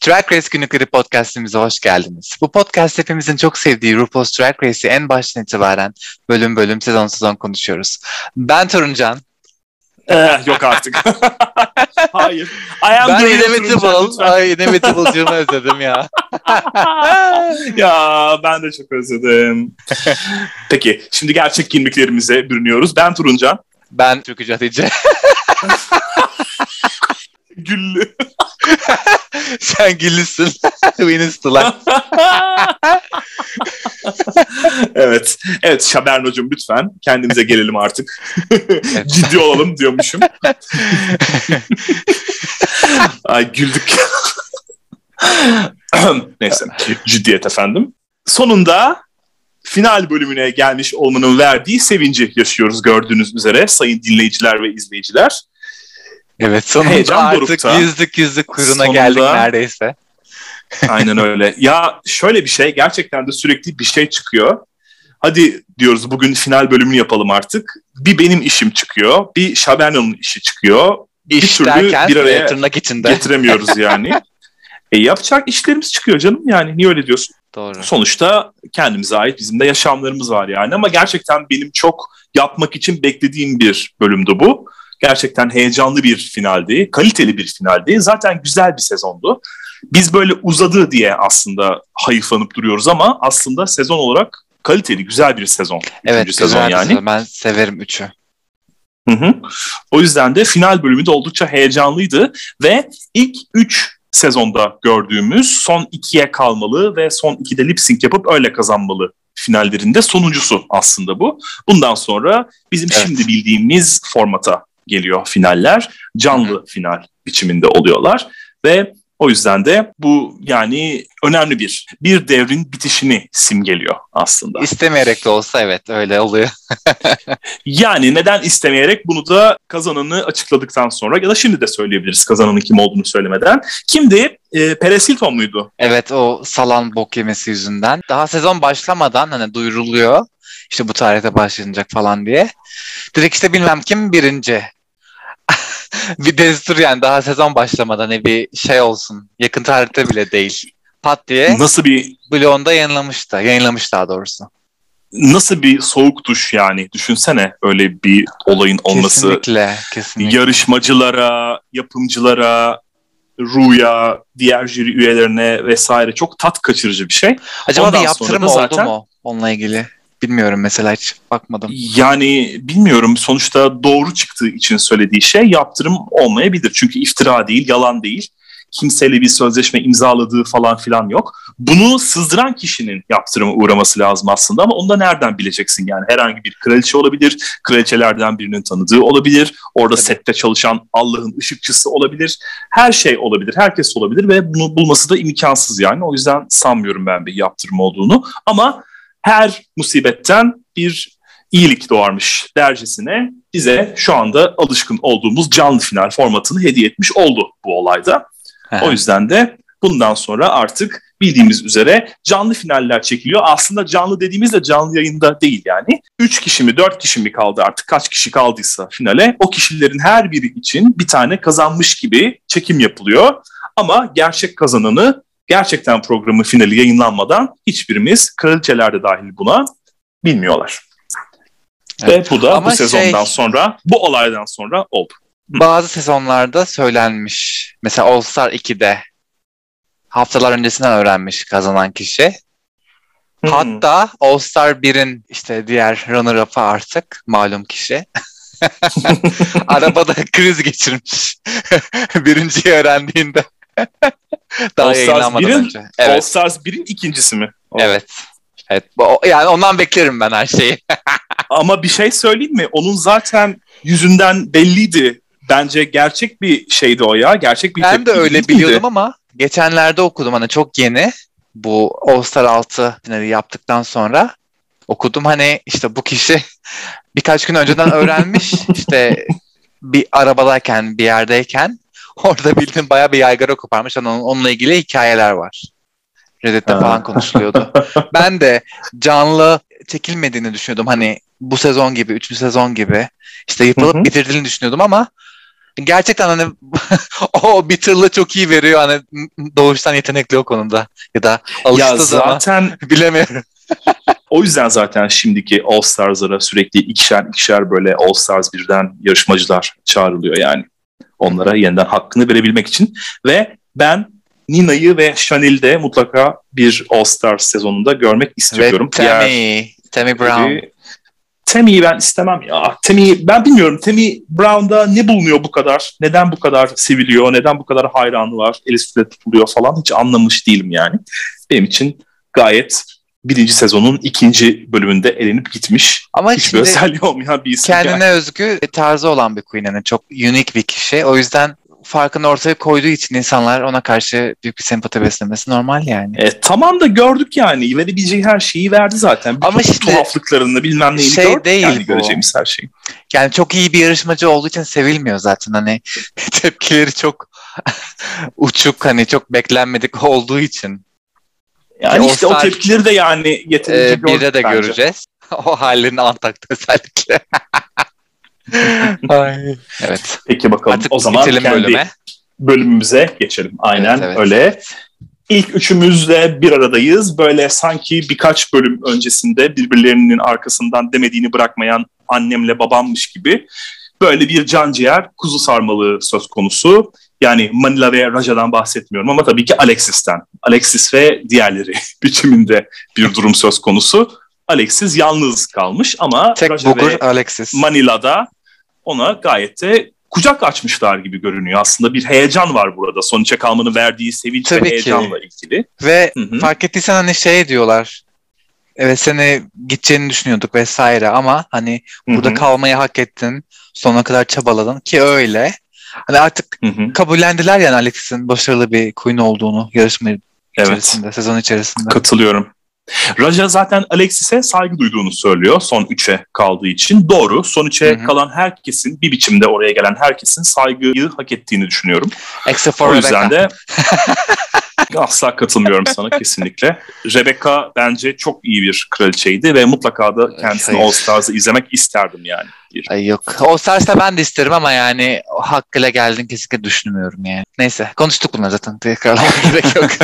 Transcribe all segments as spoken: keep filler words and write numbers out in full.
Drag Race Günlükleri podcastimize hoş geldiniz. Bu podcast hepimizin çok sevdiği RuPaul's Drag Race'i en baştan itibaren bölüm bölüm, sezon sezon konuşuyoruz. Ben Turuncan. Ee, yok artık. Hayır. I am ben Inevitable. Ay Inevitable'cığımı özledim ya. Ya ben de çok özledim. Peki şimdi gerçek kimliklerimize bürünüyoruz. Ben Turuncan. Ben Türkücü Hatice. Güllü. Sen güllüsün. Winston'lar. Evet. Evet Şaberno'cum lütfen kendimize gelelim artık. Evet. Ciddi olalım diyormuşum. Ay güldük. Neyse. Ciddiyet efendim. Sonunda final bölümüne gelmiş olmanın verdiği sevinci yaşıyoruz gördüğünüz üzere sayın dinleyiciler ve izleyiciler. Evet sonunda Heyecan artık dorukta. yüzlük yüzlük kuyruğuna sonunda, geldik neredeyse. Aynen öyle. Ya şöyle bir şey, gerçekten de sürekli bir şey çıkıyor. Hadi diyoruz bugün final bölümünü yapalım artık. Bir benim işim çıkıyor, bir Şaberno'nun işi çıkıyor. Bir İş türlü derken, bir araya tırnak içinde getiremiyoruz yani. e, yapacak işlerimiz çıkıyor canım yani. Niye öyle diyorsun? Doğru. Sonuçta kendimize ait bizim de yaşamlarımız var yani. Ama gerçekten benim çok yapmak için beklediğim bir bölümdü bu. Gerçekten heyecanlı bir finaldi, kaliteli bir finaldi. Zaten güzel bir sezondu. Biz böyle uzadı diye aslında hayıflanıp duruyoruz ama aslında sezon olarak kaliteli, güzel bir sezon. Evet, güzel sezon yani. Sezon. Ben severim üçü. Hı hı. O yüzden de final bölümü de oldukça heyecanlıydı ve ilk üç sezonda gördüğümüz son ikiye kalmalı ve son ikide lip sync yapıp öyle kazanmalı finallerinde sonuncusu aslında bu. Bundan sonra bizim evet. şimdi bildiğimiz formata geliyor finaller. Canlı Hı-hı. final biçiminde oluyorlar ve o yüzden de bu yani önemli bir bir devrin bitişini simgeliyor aslında. İstemeyerek de olsa evet öyle oluyor. Yani neden istemeyerek bunu da kazananı açıkladıktan sonra ya da şimdi de söyleyebiliriz kazananın kim olduğunu söylemeden. Kimdi? E, Paris Hilton muydu? Evet o salan bok yemesi yüzünden. Daha sezon başlamadan hani duyuruluyor. İşte bu tarihte başlanacak falan diye. Direkt işte bilmem kim birinci. Bir destur yani daha sezon başlamadan hani bir şey olsun. Yakın tarihte bile değil. Pat diye. Nasıl bir bloğunda yayınlamıştı. Yayınlamış daha doğrusu. Nasıl bir soğuk duş yani. Düşünsene öyle bir olayın olması. Kesinlikle. kesinlikle. Yarışmacılara, yapımcılara, Ru'ya, diğer jüri üyelerine vesaire çok tat kaçırıcı bir şey. Acaba Ondan bir yaptırım oldu zaten... mu onunla ilgili? Bilmiyorum mesela hiç bakmadım. Yani bilmiyorum sonuçta doğru çıktığı için söylediği şey yaptırım olmayabilir. Çünkü iftira değil, yalan değil. Kimseyle bir sözleşme imzaladığı falan filan yok. Bunu sızdıran kişinin yaptırıma uğraması lazım aslında ama onu da nereden bileceksin yani? Herhangi bir kraliçe olabilir, kraliçelerden birinin tanıdığı olabilir, orada evet. sette çalışan Allah'ın ışıkçısı olabilir. Her şey olabilir, herkes olabilir ve bunu bulması da imkansız yani. O yüzden sanmıyorum ben bir yaptırım olduğunu ama her musibetten bir iyilik doğarmış dercesine bize şu anda alışkın olduğumuz canlı final formatını hediye etmiş oldu bu olayda. O yüzden de bundan sonra artık bildiğimiz üzere canlı finaller çekiliyor. Aslında canlı dediğimizde canlı yayında değil yani. Üç kişi mi dört kişi mi kaldı artık kaç kişi kaldıysa finale o kişilerin her biri için bir tane kazanmış gibi çekim yapılıyor. Ama gerçek kazananı gerçekten programın finali yayınlanmadan hiçbirimiz kraliçeler de dahil buna bilmiyorlar. Evet. Ve bu da Ama bu sezondan şey... sonra bu olaydan sonra oldu. Bazı sezonlarda söylenmiş. Mesela All Star ikide haftalar öncesinden öğrenmiş kazanan kişi. Hmm. Hatta All Star birin işte diğer runner-up'ı artık malum kişi. Arabada kriz geçirmiş. Birinciyi öğrendiğinde. Daha All yayınlanmadan birin, önce. Evet. All Stars birin ikincisi mi? O. Evet. Evet. Yani ondan beklerim ben her şeyi. Ama bir şey söyleyeyim mi? Onun zaten yüzünden belliydi. Bence gerçek bir şeydi o ya. Gerçek bir Ben de öyle biliyordum ama geçenlerde okudum hani çok yeni. Bu All Star altı finali yaptıktan sonra okudum hani işte bu kişi birkaç gün önceden öğrenmiş. İşte bir arabadayken bir yerdeyken orada bildiğin bayağı bir yaygara koparmış. Yani onunla ilgili hikayeler var. Reddit'te falan konuşuluyordu. Ben de canlı çekilmediğini düşünüyordum. Hani bu sezon gibi, üçüncü sezon gibi işte yapılıp bitirdiğini düşünüyordum ama Gerçekten hani o bitterlığı çok iyi veriyor. Hani doğuştan yetenekli o konuda. Ya da alıştı Ya zaten ama bilemiyorum. O yüzden zaten şimdiki All Stars'lara sürekli ikişer ikişer böyle All Stars birden yarışmacılar çağrılıyor yani. Onlara yeniden hakkını verebilmek için. Ve ben Nina'yı ve Chanel'i de mutlaka bir All Stars sezonunda görmek istiyorum. Ve Tammy, Tammy Brown. Tammy'yi ben istemem ya. Tammy, ben bilmiyorum Tammy Brown'da ne bulunuyor bu kadar? Neden bu kadar seviliyor? Neden bu kadar hayranı var? El üstünde tutuluyor falan. Hiç anlamış değilim yani. Benim için gayet birinci sezonun ikinci bölümünde elenip gitmiş. Ama hiçbir özelliği olmayan bir isim. Kendine yani. özgü tarzı olan bir Queen. Yani çok unik bir kişi. O yüzden farkını ortaya koyduğu için insanlar ona karşı büyük bir sempati beslemesi normal yani. E, tamam da gördük yani. Verebileceği her şeyi verdi zaten. Bütün ama işte tuhaflıklarını bilmem neyini şey gördük değil yani bu. Göreceğimiz her şeyi. Yani çok iyi bir yarışmacı olduğu için sevilmiyor zaten. Hani tepkileri çok uçuk, hani çok beklenmedik olduğu için. Yani işte o tepkileri de yani yeterince e, gördük bire de bence. göreceğiz. O halini Antak'ta özellikle. Ay. Evet. Peki bakalım. Artık o zaman kendi bölüme. bölümümüze geçelim. Aynen evet, evet. öyle. İlk üçümüzle bir aradayız. Böyle sanki birkaç bölüm öncesinde birbirlerinin arkasından demediğini bırakmayan annemle babammış gibi böyle bir canciğer kuzu sarmalığı söz konusu. Yani Manila ve Raja'dan bahsetmiyorum ama tabii ki Alexis'ten. Alexis ve diğerleri biçiminde bir durum söz konusu. Alexis yalnız kalmış ama Tek Raja ve Alexis. Manila'da ona gayet de kucak açmışlar gibi görünüyor. Aslında bir heyecan var burada. Son üçe kalmanın verdiği sevinç tabii ve heyecanla ki. ilgili. Ve Hı-hı. fark ettiysen hani şey diyorlar. Evet, seni gideceğini düşünüyorduk vesaire ama hani Hı-hı. burada kalmayı hak ettin. Sonuna kadar çabaladın ki öyle. Hani artık Hı-hı. kabullendiler yani Alexis'in başarılı bir Queen olduğunu yarışma içerisinde, evet. sezon içerisinde. Katılıyorum. Raja zaten Alexis'e saygı duyduğunu söylüyor son üçe kaldığı için. Doğru. Son üçe Hı-hı. kalan herkesin, bir biçimde oraya gelen herkesin saygıyı hak ettiğini düşünüyorum. Except for o yüzden Rebecca. de asla katılmıyorum sana kesinlikle. Rebecca bence çok iyi bir kraliçeydi ve mutlaka da kendisini All Stars'ı izlemek isterdim yani. Ay yok. All Stars'ta ben de isterim ama yani hakkıyla geldiğini kesinlikle düşünmüyorum yani. Neyse, konuştuk bunları zaten. Tekrarlamaya gerek yok.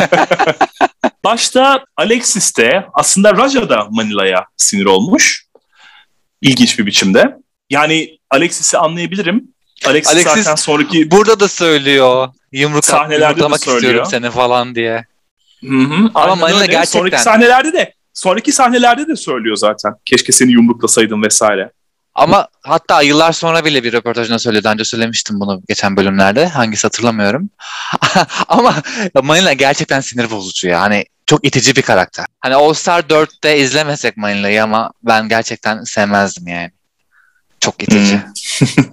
Başta Alexis de aslında Raja da Manila'ya sinir olmuş. İlginç bir biçimde. Yani Alexis'i anlayabilirim. Alexis, Alexis zaten sonraki... Burada da söylüyor. Yumruk yumruklamak istiyorum seni falan diye. Hı hı, ama Manila öyle. Gerçekten... Sonraki sahnelerde de sonraki sahnelerde de söylüyor zaten. Keşke seni yumruklasaydım vesaire. Ama hatta yıllar sonra bile bir röportajında söyledi. Önce söylemiştim bunu geçen bölümlerde. Hangisi hatırlamıyorum. Ama Manila gerçekten sinir bozucu ya. Hani çok itici bir karakter. Hani All Star dörtte izlemesek Manila'yı ama ben gerçekten sevmezdim yani. Çok itici. Hmm.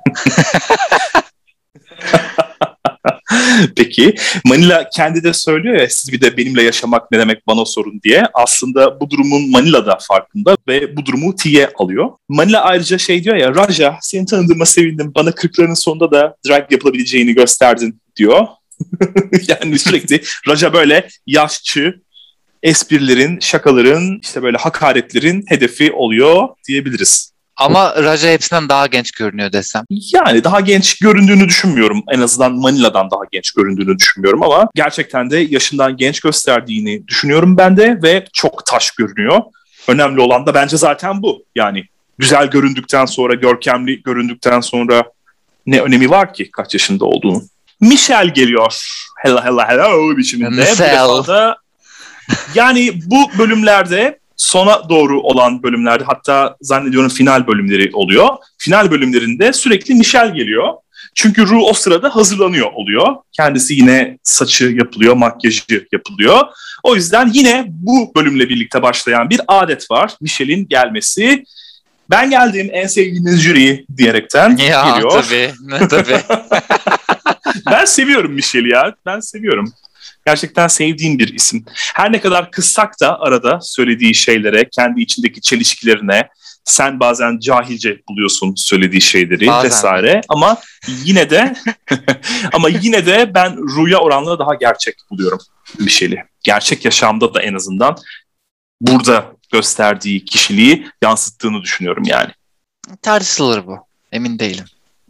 Peki Manila kendi de söylüyor ya, siz bir de benimle yaşamak ne demek bana sorun diye. Aslında bu durumun Manila'da farkında ve bu durumu tiye alıyor. Manila ayrıca şey diyor ya, Raja seni tanıdığıma sevindim, bana kırklarının sonunda da drag yapılabileceğini gösterdin diyor. Yani sürekli Raja böyle yaşçı, esprilerin, şakaların, işte böyle hakaretlerin hedefi oluyor diyebiliriz. Ama Raja hepsinden daha genç görünüyor desem. Yani daha genç göründüğünü düşünmüyorum. En azından Manila'dan daha genç göründüğünü düşünmüyorum ama gerçekten de yaşından genç gösterdiğini düşünüyorum ben de ve çok taş görünüyor. Önemli olan da bence zaten bu. Yani güzel göründükten sonra, görkemli göründükten sonra ne önemi var ki kaç yaşında olduğunu. Michelle geliyor. Hello hello hello biçiminde. Michelle. Bu defa yani bu bölümlerde sona doğru olan bölümlerde, hatta zannediyorum final bölümleri oluyor. Final bölümlerinde sürekli Michelle geliyor. Çünkü Ru o sırada hazırlanıyor oluyor. Kendisi yine saçı yapılıyor, makyajı yapılıyor. O yüzden yine bu bölümle birlikte başlayan bir adet var. Michelle'in gelmesi. Ben geldim en sevdiğiniz jüri diyerekten ya, geliyor. Tabii, tabii. Ben seviyorum Michelle'i ya. Ben seviyorum. Gerçekten sevdiğim bir isim. Her ne kadar kızsak da arada söylediği şeylere, kendi içindeki çelişkilerine, sen bazen cahilce buluyorsun söylediği şeyleri bazen vesaire. Ama yine de ama yine de ben Ru'ya oranla daha gerçek buluyorum Michelle'i. Gerçek yaşamda da en azından burada gösterdiği kişiliği yansıttığını düşünüyorum yani. Tartışılır bu. Emin değilim.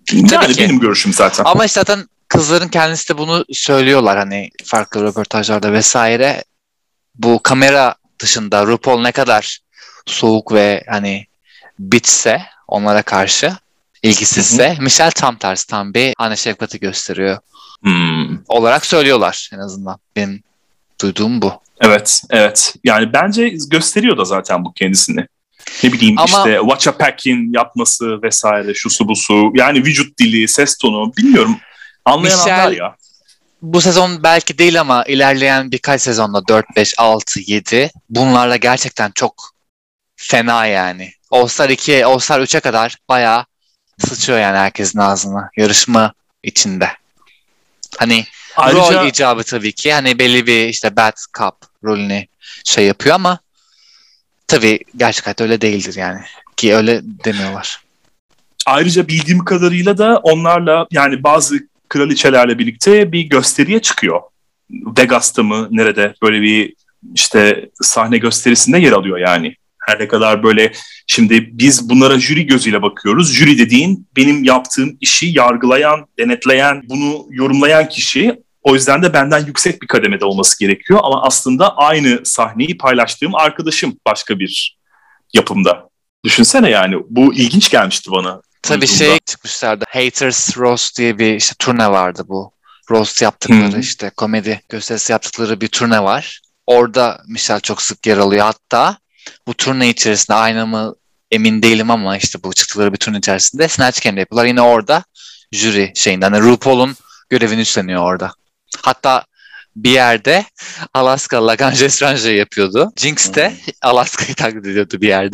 Yani benim görüşüm zaten. Ama işte zaten kızların kendisi de bunu söylüyorlar hani farklı röportajlarda vesaire. Bu kamera dışında RuPaul ne kadar soğuk ve hani bitse onlara karşı ilgisizse, hı hı. Michelle tam tersi, tam bir anne şefkati gösteriyor. Hmm. Olarak söylüyorlar en azından. Benim duyduğum bu. Evet, evet. Yani bence gösteriyor da zaten bu kendisini. Ne bileyim ama işte Watcha Pack'in yapması vesaire, şusu busu. Yani vücut dili, ses tonu bilmiyorum. Anlayan Michelle, anlar ya. Bu sezon belki değil ama ilerleyen birkaç sezonda dört, beş, altı, yedi bunlarla gerçekten çok fena yani. All-Star iki, All-Star üçe kadar bayağı sıçıyor yani herkesin ağzına yarışma içinde. Hani ayrıca rol icabı tabii ki hani belli bir işte bad cop rolünü şey yapıyor ama tabii gerçek hayatta öyle değildir yani. Ki öyle demiyorlar. Ayrıca bildiğim kadarıyla da onlarla yani bazı kraliçelerle birlikte bir gösteriye çıkıyor. Vegas'ta mı nerede böyle bir işte sahne gösterisinde yer alıyor yani. Her ne kadar böyle şimdi biz bunlara jüri gözüyle bakıyoruz. Jüri dediğin benim yaptığım işi yargılayan, denetleyen, bunu yorumlayan kişi. O yüzden de benden yüksek bir kademede olması gerekiyor. Ama aslında aynı sahneyi paylaştığım arkadaşım başka bir yapımda. Düşünsene yani bu ilginç gelmişti bana. Tabii şey çıkmışlardı. Haters Roast diye bir işte turne vardı bu. Roast yaptıkları hmm. işte komedi gösterisi yaptıkları bir turne var. Orada Michelle çok sık yer alıyor. Hatta bu turne içerisinde aynı mı emin değilim ama işte bu çıktıkları bir turne içerisinde Snatch Game'de yapıyorlar. Yine orada jüri şeyinde. Hani RuPaul'un görevini üstleniyor orada. Hatta bir yerde Alaska Lagrange Estrange yapıyordu. Jinx de Alaska'yı taklit ediyordu bir yerde.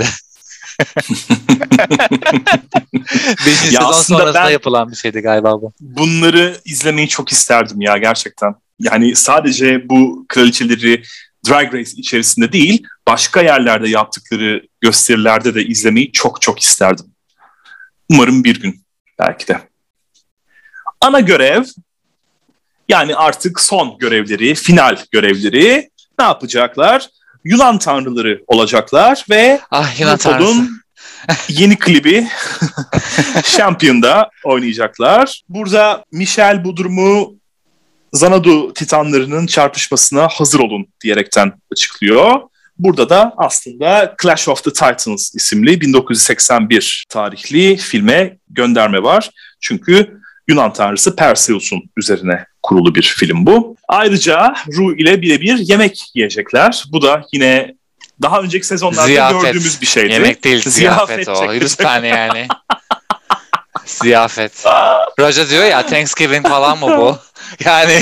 Beşinci sezon sonrasında yapılan bir şeydi galiba bu. Bunları izlemeyi çok isterdim ya gerçekten. Yani sadece bu kraliçeleri Drag Race içerisinde değil, başka yerlerde yaptıkları gösterilerde de izlemeyi çok çok isterdim. Umarım bir gün belki de. Ana görev, yani artık son görevleri, final görevleri ne yapacaklar? Yunan tanrıları olacaklar ve ah, Yunan tanrısı. Yeni klibi Champion'da oynayacaklar. Burada Michelle bu durumu Xanadu Titanlarının çarpışmasına hazır olun diyerekten açıklıyor. Burada da aslında Clash of the Titans isimli bin dokuz yüz seksen bir tarihli filme gönderme var. Çünkü Yunan tanrısı Perseus'un üzerine kurulu bir film bu. Ayrıca Ru ile birebir yemek yiyecekler. Bu da yine daha önceki sezonlarda ziyafet. Gördüğümüz bir şeydi. Yemek değil, ziyafet, ziyafet o. yüz tane yani. Ziyafet. Roger diyor ya Thanksgiving falan mı bu? Yani.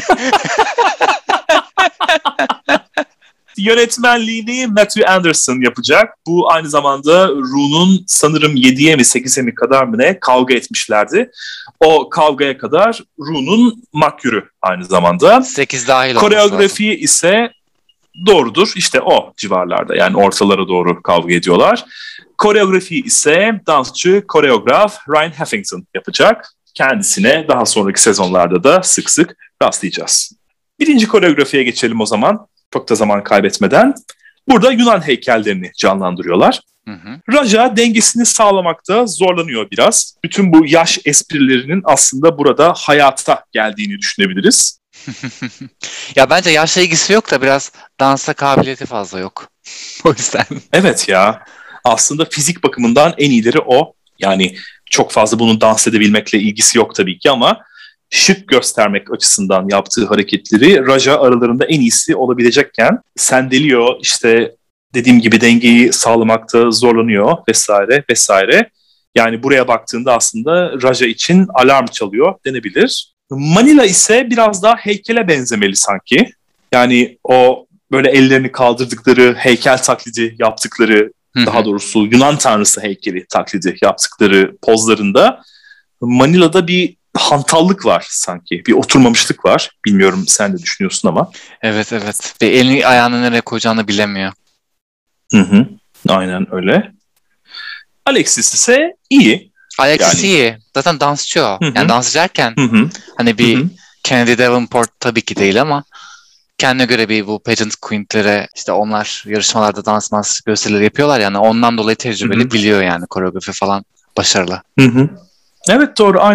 Yönetmenliğini Matthew Anderson yapacak. Bu aynı zamanda Ru'nun sanırım yediye mi sekize mi kadar mı ne kavga etmişlerdi. O kavgaya kadar Ru'nun makyürü aynı zamanda. sekiz dahil koreografi ise doğrudur. İşte o civarlarda yani ortalara doğru kavga ediyorlar. Koreografi ise dansçı, koreograf Ryan Heffington yapacak. Kendisine daha sonraki sezonlarda da sık sık rastlayacağız. Birinci koreografiye geçelim o zaman. Çok da zaman kaybetmeden. Burada Yunan heykellerini canlandırıyorlar. Hı hı. Raja dengesini sağlamakta zorlanıyor biraz. Bütün bu yaş esprilerinin aslında burada hayata geldiğini düşünebiliriz. Ya bence yaşla ilgisi yok da biraz dansa kabiliyeti fazla yok. O yüzden. Evet ya. Aslında fizik bakımından en iyileri o. Yani çok fazla bunun dans edebilmekle ilgisi yok tabii ki ama şık göstermek açısından yaptığı hareketleri Raja aralarında en iyisi olabilecekken sendeliyor, işte dediğim gibi dengeyi sağlamakta zorlanıyor vesaire vesaire. Yani buraya baktığında aslında Raja için alarm çalıyor denebilir. Manila ise biraz daha heykele benzemeli sanki. Yani o böyle ellerini kaldırdıkları, heykel taklidi yaptıkları, Hı-hı. daha doğrusu Yunan tanrısı heykeli taklidi yaptıkları pozlarında Manila'da bir hantallık var sanki. Bir oturmamışlık var. Bilmiyorum sen de düşünüyorsun ama. Evet evet. Ve elini ayağını nereye koyacağını bilemiyor. Hı hı. Aynen öyle. Alexis ise iyi. Alexis yani... iyi. Zaten dansçı o. Hı-hı. Yani dans ederken Hı-hı. hani bir Hı-hı. Kennedy Davenport tabii ki değil ama kendine göre bir bu pageant queen'lere işte onlar yarışmalarda dans dans gösterileri yapıyorlar yani ondan dolayı tecrübeli Hı-hı. biliyor yani koreografi falan başarılı. Hı-hı. Evet doğru aynen.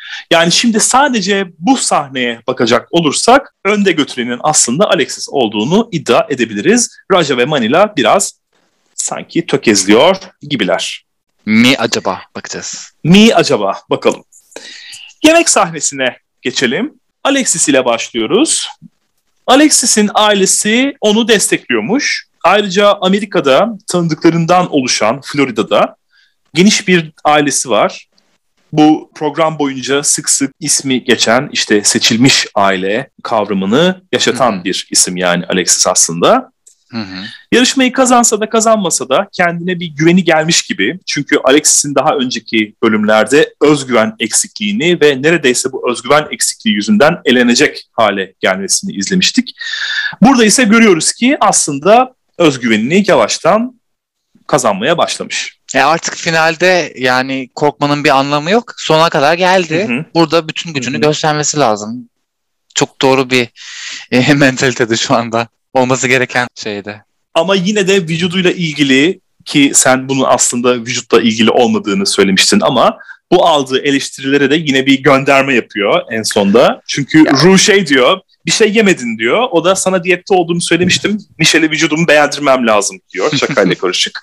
Yani şimdi sadece bu sahneye bakacak olursak önde götürenin aslında Alexis olduğunu iddia edebiliriz. Raja ve Manila biraz sanki tökezliyor gibiler. Mi acaba? Bakacağız. Mi acaba? Bakalım. Yemek sahnesine geçelim. Alexis ile başlıyoruz. Alexis'in ailesi onu destekliyormuş. Ayrıca Amerika'da tanıdıklarından oluşan Florida'da geniş bir ailesi var. Bu program boyunca sık sık ismi geçen işte seçilmiş aile kavramını yaşatan Hı-hı. bir isim yani Alexis aslında. Hı-hı. Yarışmayı kazansa da kazanmasa da kendine bir güveni gelmiş gibi. Çünkü Alexis'in daha önceki bölümlerde özgüven eksikliğini ve neredeyse bu özgüven eksikliği yüzünden elenecek hale gelmesini izlemiştik. Burada ise görüyoruz ki aslında özgüvenini yavaştan kazanmaya başlamış. E artık finalde yani korkmanın bir anlamı yok. Sona kadar geldi. Hı hı. Burada bütün gücünü hı hı. göstermesi lazım. Çok doğru bir e, mentalitede şu anda. Olması gereken şeyde. Ama yine de vücuduyla ilgili ki sen bunun aslında vücutla ilgili olmadığını söylemiştin ama bu aldığı eleştirilere de yine bir gönderme yapıyor en sonda. Çünkü yani. Ru şey diyor, bir şey yemedin diyor. O da sana diyette olduğumu söylemiştim. Michelle'e vücudumu beğendirmem lazım diyor. Şakayla karışık.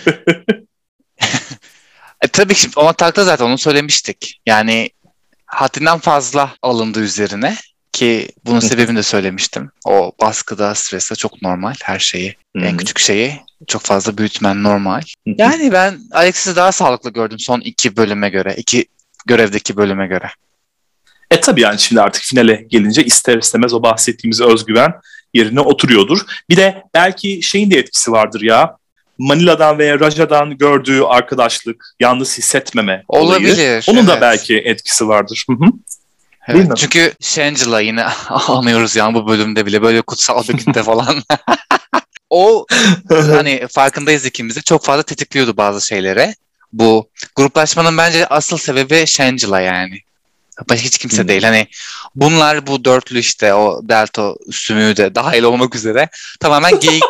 e, tabii ki ona takla zaten onu söylemiştik. Yani haddinden fazla alındı üzerine. Ki bunun sebebini de söylemiştim. O baskıda, streste çok normal her şeyi. Hı-hı. En küçük şeyi çok fazla büyütmen normal. Hı-hı. Yani ben Alexis'i daha sağlıklı gördüm son iki bölüme göre. iki görevdeki bölüme göre. E tabii yani şimdi artık finale gelince ister istemez o bahsettiğimiz özgüven yerine oturuyordur. Bir de belki şeyin de etkisi vardır ya. Manila'dan veya Raja'dan gördüğü arkadaşlık, yalnız hissetmeme olabilir. Olayı. Onun evet. da belki etkisi vardır. Hı-hı. Evet, çünkü Shangela yine anıyoruz yani bu bölümde bile böyle kutsal bir günde falan. O hani farkındayız ikimiz de çok fazla tetikliyordu bazı şeylere. Bu gruplaşmanın bence asıl sebebi Shangela yani. Başka hiç kimse hmm. değil. Hani bunlar bu dörtlü işte o Delta sümüğü de dahil olmak üzere tamamen geyik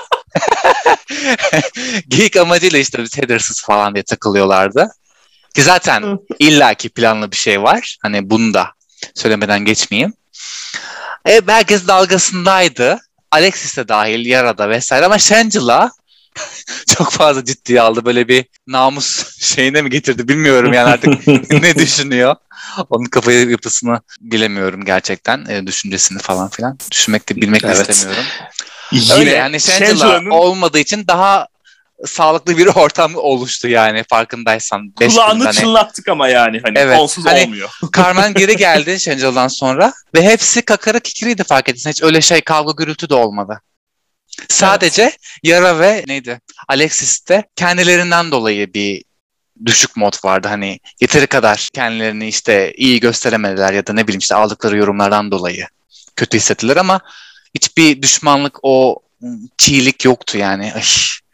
geyik amacıyla işte biz headersız falan diye takılıyorlardı. Ki zaten illaki planlı bir şey var. Hani bunu da söylemeden geçmeyeyim. E, herkes dalgasındaydı. Alexis de dahil, Yara'da vesaire ama Shangela çok fazla ciddiye aldı. Böyle bir namus şeyine mi getirdi bilmiyorum yani artık ne düşünüyor. Onun kafa yapısını bilemiyorum gerçekten. E, düşüncesini falan filan. Düşünmek de bilmek de evet. istemiyorum. Yine öyle yani Shangela Shangela'nın... olmadığı için daha sağlıklı bir ortam oluştu yani farkındaysan. Kulağını çınlattık ama yani hani evet, onsuz hani olmuyor. Carmen geri geldi Shangela'dan sonra ve hepsi kakara kikiriydi fark ettin. Hiç öyle şey kavga gürültü de olmadı. Sadece evet. Yara ve neydi Alexis'te kendilerinden dolayı bir düşük mod vardı. Hani yeteri kadar kendilerini işte iyi gösteremediler ya da ne bileyim işte aldıkları yorumlardan dolayı kötü hissettiler ama hiçbir düşmanlık o çiğlik yoktu yani. Ay.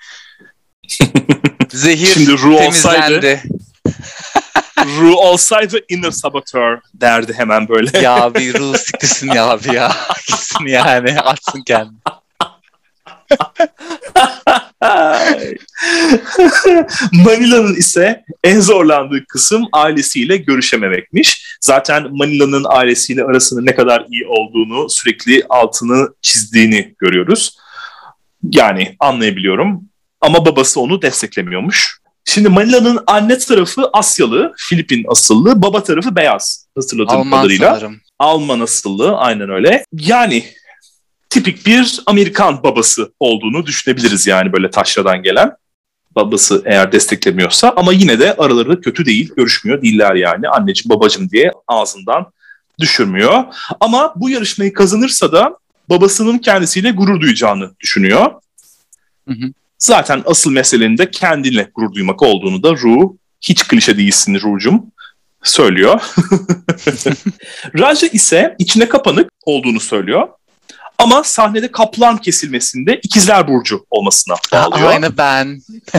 Zehir şimdi Ru temizlendi. Ru olsaydı inner saboteur derdi hemen böyle. Ya bir Ru siktirsin ya abi ya. Gitsin yani atsın kendini. Manila'nın ise en zorlandığı kısım ailesiyle görüşememekmiş. Zaten Manila'nın ailesiyle arasının ne kadar iyi olduğunu sürekli altını çizdiğini görüyoruz. Yani anlayabiliyorum. Ama babası onu desteklemiyormuş. Şimdi Manila'nın anne tarafı Asyalı, Filipin asıllı, baba tarafı beyaz hatırladığım Alman kadarıyla. Sanırım. Alman asıllı, aynen öyle. Yani tipik bir Amerikan babası olduğunu düşünebiliriz yani böyle taşradan gelen. Babası eğer desteklemiyorsa ama yine de araları kötü değil, görüşmüyor değiller yani. Anneciğim babacığım diye ağzından düşürmüyor. Ama bu yarışmayı kazanırsa da babasının kendisiyle gurur duyacağını düşünüyor. Hı hı. Zaten asıl meselenin de kendinle gurur duymak olduğunu da Ru, hiç klişe değilsin Ru'cum, söylüyor. Raja ise içine kapanık olduğunu söylüyor. Ama sahnede kaplan kesilmesinde ikizler burcu olmasına bağlıyor. Aynı ben.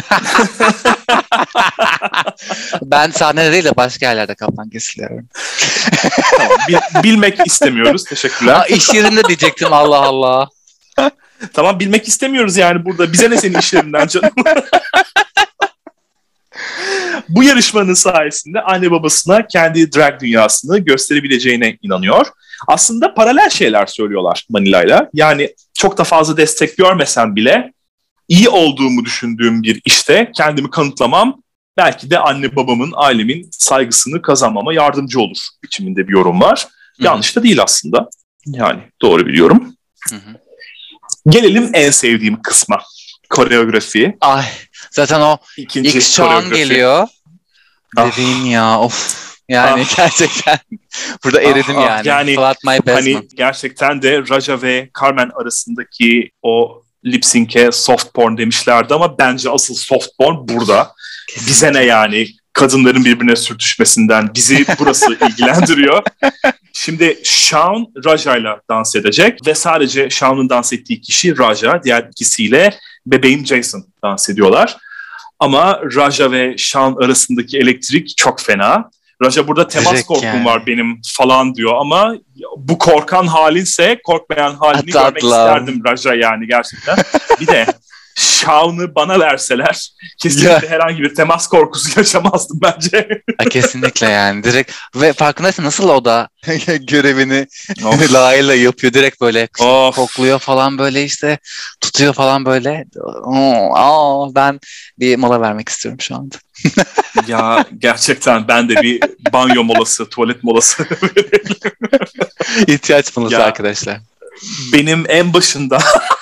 Ben sahnede değil de başka yerlerde kaplan kesiliyorum. Tamam, bil- bilmek istemiyoruz. Teşekkürler. Aa, iş yerinde diyecektim Allah Allah. Tamam bilmek istemiyoruz yani burada. Bize ne senin işlerinden canım. bu yarışmanın sayesinde anne babasına kendi drag dünyasını gösterebileceğine inanıyor. Aslında paralel şeyler söylüyorlar Manila'yla. Yani çok da fazla destek görmesem bile iyi olduğumu düşündüğüm bir işte kendimi kanıtlamam belki de anne babamın, ailemin saygısını kazanmama yardımcı olur biçiminde bir yorum var. Hı-hı. Yanlış da değil aslında. Yani doğru bir yorum. Hı-hı. Gelelim en sevdiğim kısma. Koreografi. Ay zaten o İkinci ilk şu an geliyor. Bebeğim ah. ya of. Yani ah. gerçekten burada eridim ah, yani. yani. Flat my hani gerçekten de Raja ve Carmen arasındaki o lip sync'e soft porn demişlerdi ama bence asıl soft porn burada. Kesinlikle. Bize ne yani? Kadınların birbirine sürtüşmesinden bizi burası ilgilendiriyor. Şimdi Shaun Raja'yla dans edecek ve sadece Shaun'un dans ettiği kişi Raja, diğer ikisiyle bebeğim Jason dans ediyorlar. Ama Raja ve Shaun arasındaki elektrik çok fena. Raja burada temas Direkt korkum yani. var benim falan diyor ama bu korkan halinse korkmayan halini At görmek atlam. isterdim Raja yani gerçekten. Bir de Shaun'u bana verseler kesinlikle herhangi bir temas korkusu yaşamazdım bence. Kesinlikle yani direkt ve farkındaysan nasıl o da görevini layığıyla yapıyor direkt böyle of. kokluyor falan böyle işte tutuyor falan böyle. Oo, ben bir mola vermek istiyorum şu anda. Ya gerçekten ben de bir banyo molası, tuvalet molası İhtiyaç molası ya, arkadaşlar. Benim en başında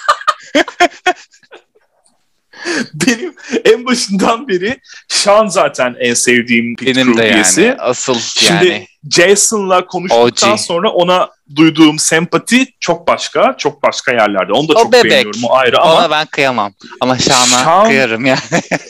Benim en başından beri Shaun zaten en sevdiğim benim de üyesi. Yani, asıl Şimdi yani. Jason'la konuştuktan O G. sonra ona duyduğum sempati çok başka, çok başka yerlerde. Onu da o çok bebek. beğeniyorum, o ayrı ama. Ona ben kıyamam ama Shaun'a Shaun... kıyarım yani.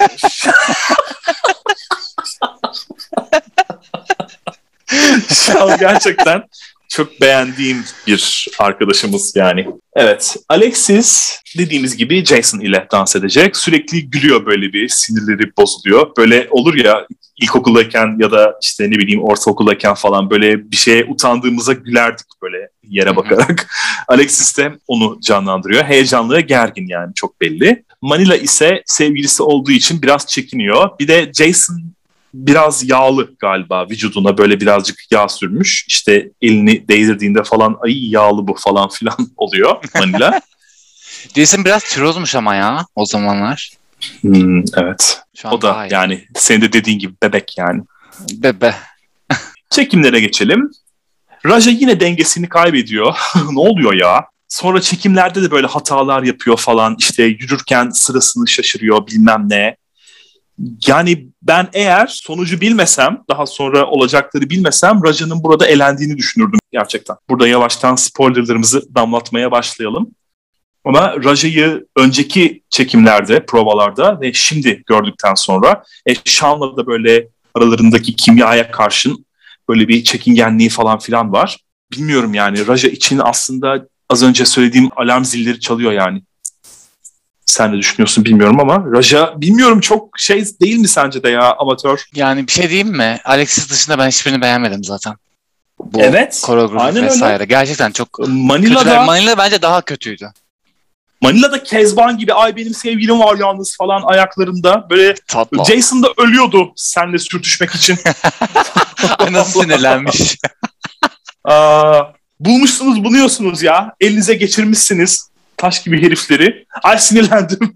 Shaun gerçekten çok beğendiğim bir arkadaşımız yani. Evet, Alexis dediğimiz gibi Jason ile dans edecek. Sürekli gülüyor, böyle bir sinirleri bozuluyor. Böyle olur ya ilkokuldayken ya da işte ne bileyim ortaokuldayken falan böyle bir şeye utandığımıza gülerdik böyle yere bakarak. Alexis de onu canlandırıyor. Heyecanlı ve gergin yani, çok belli. Manila ise sevgilisi olduğu için biraz çekiniyor. Bir de Jason biraz yağlı galiba, vücuduna böyle birazcık yağ sürmüş. İşte elini değdirdiğinde falan ay yağlı bu falan filan oluyor Manila. Jason biraz çirozmuş ama ya o zamanlar. Hmm, evet. O da yani senin de dediğin gibi bebek yani. Bebe. Çekimlere geçelim. Raja yine dengesini kaybediyor. Ne oluyor ya? Sonra çekimlerde de böyle hatalar yapıyor falan. İşte yürürken sırasını şaşırıyor bilmem ne. Yani ben eğer sonucu bilmesem, daha sonra olacakları bilmesem Raja'nın burada elendiğini düşünürdüm gerçekten. Burada yavaştan spoilerlarımızı damlatmaya başlayalım. Ama Raja'yı önceki çekimlerde, provalarda ve şimdi gördükten sonra e, Shaun'la da böyle aralarındaki kimyaya karşın böyle bir çekingenliği falan filan var. Bilmiyorum yani, Raja için aslında az önce söylediğim alarm zilleri çalıyor yani. Sen ne düşünüyorsun bilmiyorum ama Raja bilmiyorum, çok şey değil mi sence de ya, amatör? Yani bir şey diyeyim mi? Alexis dışında ben hiçbirini beğenmedim zaten. Bu evet. Koreografi vesaire. Öyle. Gerçekten çok Manila'da, kötüler. Manila bence daha kötüydü. Manila'da Kezban gibi ay benim sevgilim var yalnız falan ayaklarında. Böyle tatlı. Jason da ölüyordu seninle sürtüşmek için. Ay nasıl sinirlenmiş. Aa, bulmuşsunuz buluyorsunuz ya. Elinize geçirmişsiniz. Taş gibi herifleri. Ay sinirlendim.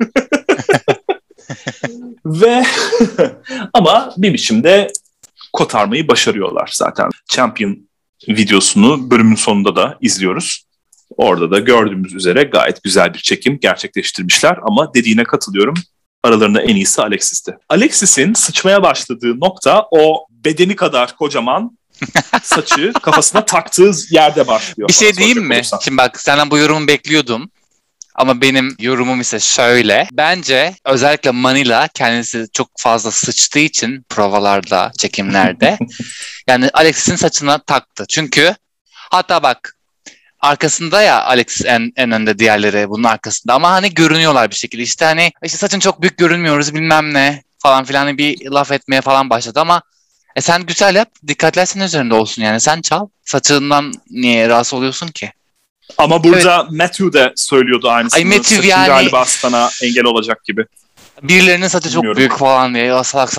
Ve ama bir biçimde kotarmayı başarıyorlar zaten. Champion videosunu bölümün sonunda da izliyoruz. Orada da gördüğümüz üzere gayet güzel bir çekim gerçekleştirmişler ama dediğine katılıyorum. Aralarında en iyisi Alexis'ti. Alexis'in sıçmaya başladığı nokta o bedeni kadar kocaman saçı kafasına taktığı yerde başlıyor. Bir şey diyeyim mi? Olursan. Şimdi bak, senden bu yorumu bekliyordum. Ama benim yorumum ise şöyle. Bence özellikle Manila kendisi çok fazla sıçtığı için provalarda, çekimlerde yani Alexis'in saçına taktı. Çünkü hatta bak arkasında ya Alexis en, en önde, diğerleri bunun arkasında. Ama hani görünüyorlar bir şekilde. İşte hani işte saçın çok büyük görünmüyoruz bilmem ne falan filan bir laf etmeye falan başladı ama e sen güzel yap. Dikkatler senin üzerinde olsun yani. Sen çal. Saçından niye rahatsız oluyorsun ki? Ama burada evet. Matthew de söylüyordu aynısını. Ay Matthew yani... galiba sana engel olacak gibi. Birilerinin saçı Bilmiyorum. çok büyük falan diye. Ya salak salak.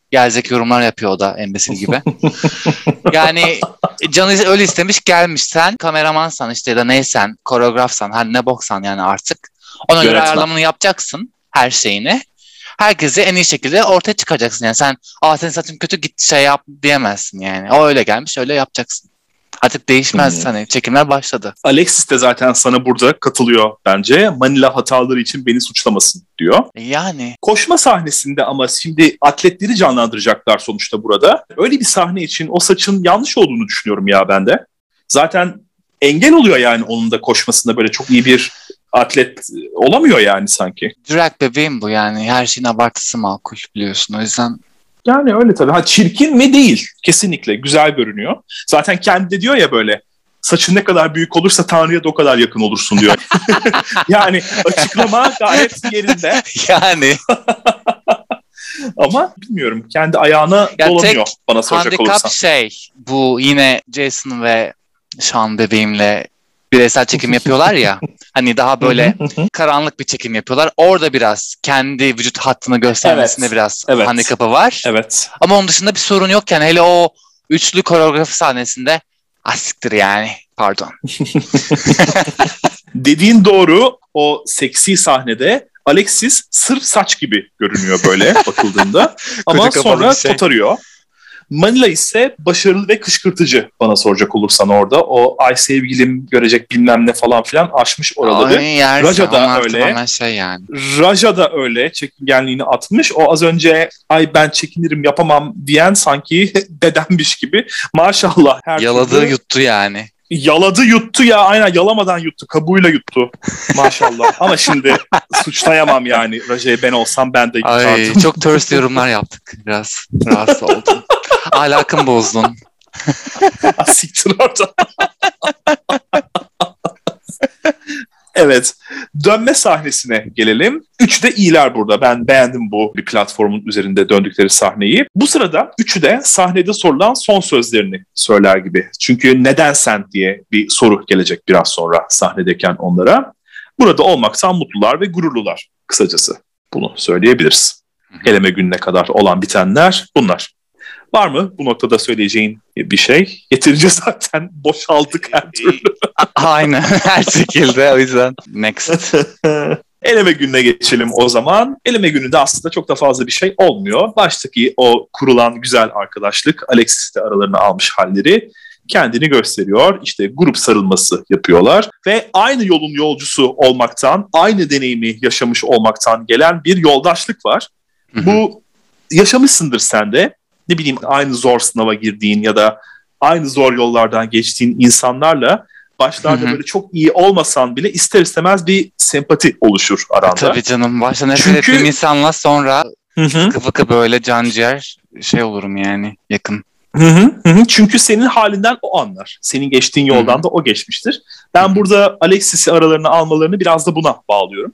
gelecek yorumlar yapıyor o da embesil gibi. Yani canı öyle istemiş gelmiş, sen kameramansan işte ya da neysen, koreografsan, her ne boksan yani artık. Ona göre ayarlamanı yapacaksın, her şeyini. Herkese en iyi şekilde ortaya çıkacaksın yani. Sen aa senin saçın kötü git şey yap diyemezsin yani. O öyle gelmiş, öyle yapacaksın. Artık değişmez hmm. hani çekimler başladı. Alexis de zaten sana burada katılıyor bence. Manila hataları için beni suçlamasın diyor. Yani. Koşma sahnesinde ama şimdi atletleri canlandıracaklar sonuçta burada. Öyle bir sahne için o saçın yanlış olduğunu düşünüyorum ya ben de. Zaten engel oluyor yani onun da koşmasında, böyle çok iyi bir atlet olamıyor yani sanki. Drag bebeğim bu yani. Her şeyin abartısı makul biliyorsun. O yüzden... Yani öyle tabii. Ha, çirkin mi? Değil. Kesinlikle. Güzel görünüyor. Zaten kendi de diyor ya böyle, saçın ne kadar büyük olursa Tanrı'ya da o kadar yakın olursun diyor. Yani açıklama gayet yerinde. Yani. Ama bilmiyorum. Kendi ayağına ya dolanıyor bana soracak olursan. Handikap şey, bu yine Jason ve Sean bebeğimle bireysel çekim yapıyorlar ya. Hani daha böyle karanlık bir çekim yapıyorlar. Orada biraz kendi vücut hattını göstermesinde evet, biraz evet, handikapı var. Evet. Ama onun dışında bir sorun yok yani. Hele o üçlü koreografi sahnesinde asiktir yani. Pardon. Dediğin doğru. O seksi sahnede Alexis sırf saç gibi görünüyor böyle bakıldığında. Ama sonra şey. kotarıyor. Manila ise başarılı ve kışkırtıcı bana soracak olursan orada. O ay sevgilim görecek bilmem ne falan filan aşmış oraları. Ay, Raja da öyle. Şey yani. Raja da öyle çekingenliğini atmış. O az önce ay ben çekinirim yapamam diyen sanki dedenmiş gibi. Maşallah. Her Yaladığı türlü... yuttu yani. Yaladı yuttu ya, aynen yalamadan yuttu, kabuğuyla yuttu maşallah. Ama şimdi suçlayamam yani, Raja'yı ben olsam ben de yutardım. Ay çok thirst yorumlar yaptık, biraz rahatsız oldum. Ahlakımı bozdun. Siktir orada. Evet, dönme sahnesine gelelim. Üçü de iyiler burada. Ben beğendim bu bir platformun üzerinde döndükleri sahneyi. Bu sırada üçü de sahnede sorulan son sözlerini söyler gibi. Çünkü neden sen diye bir soru gelecek biraz sonra sahnedeyken onlara. Burada olmaktan mutlular ve gururlular kısacası. Bunu söyleyebiliriz. Eleme gününe kadar olan bitenler bunlar. Var mı bu noktada söyleyeceğin bir şey? Yeterince zaten boşaldık her türlü. Aynen, her şekilde, o yüzden next. Eleme gününe geçelim o zaman. Eleme gününde aslında çok da fazla bir şey olmuyor. Baştaki o kurulan güzel arkadaşlık, Alexis de aralarına almış halleri kendini gösteriyor. İşte grup sarılması yapıyorlar ve aynı yolun yolcusu olmaktan, aynı deneyimi yaşamış olmaktan gelen bir yoldaşlık var. Hı hı. Bu yaşamışsındır sen de. Ne bileyim, aynı zor sınava girdiğin ya da aynı zor yollardan geçtiğin insanlarla başlarda Hı-hı. böyle çok iyi olmasan bile ister istemez bir sempati oluşur aranda. Tabii canım, başta nefret Çünkü... ettiğim insanla sonra Hı-hı. sıkı fıkı böyle canciğer şey olurum yani, yakın. Hı-hı. Hı-hı. Çünkü senin halinden o anlar. Senin geçtiğin yoldan Hı-hı. da o geçmiştir. Ben Hı-hı. burada Alexis'i aralarına almalarını biraz da buna bağlıyorum.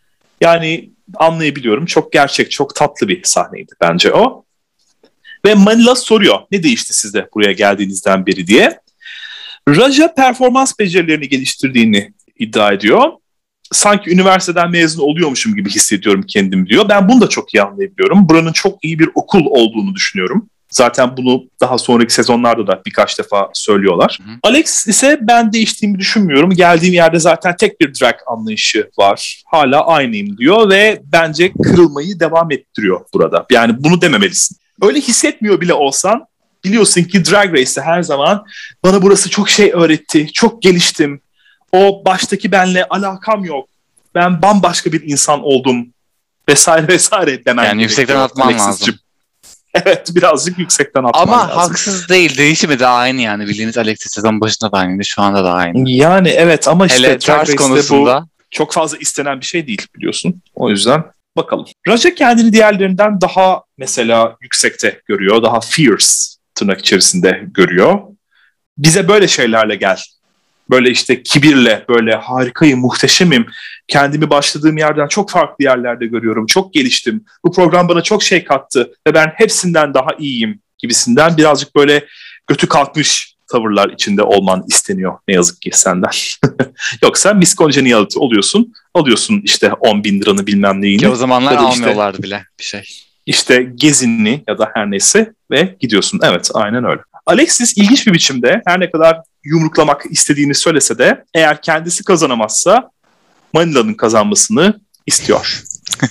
Yani anlayabiliyorum. Çok gerçek, çok tatlı bir sahneydi bence o. Ve Manila soruyor, ne değişti sizde buraya geldiğinizden beri diye. Raja performans becerilerini geliştirdiğini iddia ediyor. Sanki üniversiteden mezun oluyormuşum gibi hissediyorum kendimi diyor. Ben bunu da çok iyi anlayabiliyorum. Buranın çok iyi bir okul olduğunu düşünüyorum. Zaten bunu daha sonraki sezonlarda da birkaç defa söylüyorlar. Hı hı. Alex ise ben değiştiğimi düşünmüyorum. Geldiğim yerde zaten tek bir drag anlayışı var. Hala aynıyım diyor ve bence kırılmayı devam ettiriyor burada. Yani bunu dememelisin. Öyle hissetmiyor bile olsan biliyorsun ki Drag Race'te her zaman bana burası çok şey öğretti, çok geliştim. O baştaki benle alakam yok. Ben bambaşka bir insan oldum vesaire vesaire demen yani gerekiyor. Yüksekten atman lazım. Evet, birazcık yüksekten atman Ama lazım. Ama haksız değil, değişimi de aynı yani. Bildiğimiz Alexis sezon başında da aynıydı, şu anda da aynı. Yani evet ama işte Hele Drag Race'te konusunda... bu çok fazla istenen bir şey değil biliyorsun. O yüzden bakalım. Raja kendini diğerlerinden daha mesela yüksekte görüyor. Daha fierce tırnak içerisinde görüyor. Bize böyle şeylerle gel. Böyle işte kibirle, böyle harikayım, muhteşemim. Kendimi başladığım yerden çok farklı yerlerde görüyorum. Çok geliştim. Bu program bana çok şey kattı ve ben hepsinden daha iyiyim gibisinden birazcık böyle götü kalkmış tavırlar içinde olman isteniyor ne yazık ki senden. Yoksa Miss Congeniality oluyorsun. Alıyorsun işte on bin liranı bilmem neyini. Ki o zamanlar almıyorlardı işte... bile bir şey. işte gezinli ya da her neyse ve gidiyorsun. Evet, aynen öyle. Alexis ilginç bir biçimde her ne kadar yumruklamak istediğini söylese de eğer kendisi kazanamazsa Manila'nın kazanmasını istiyor.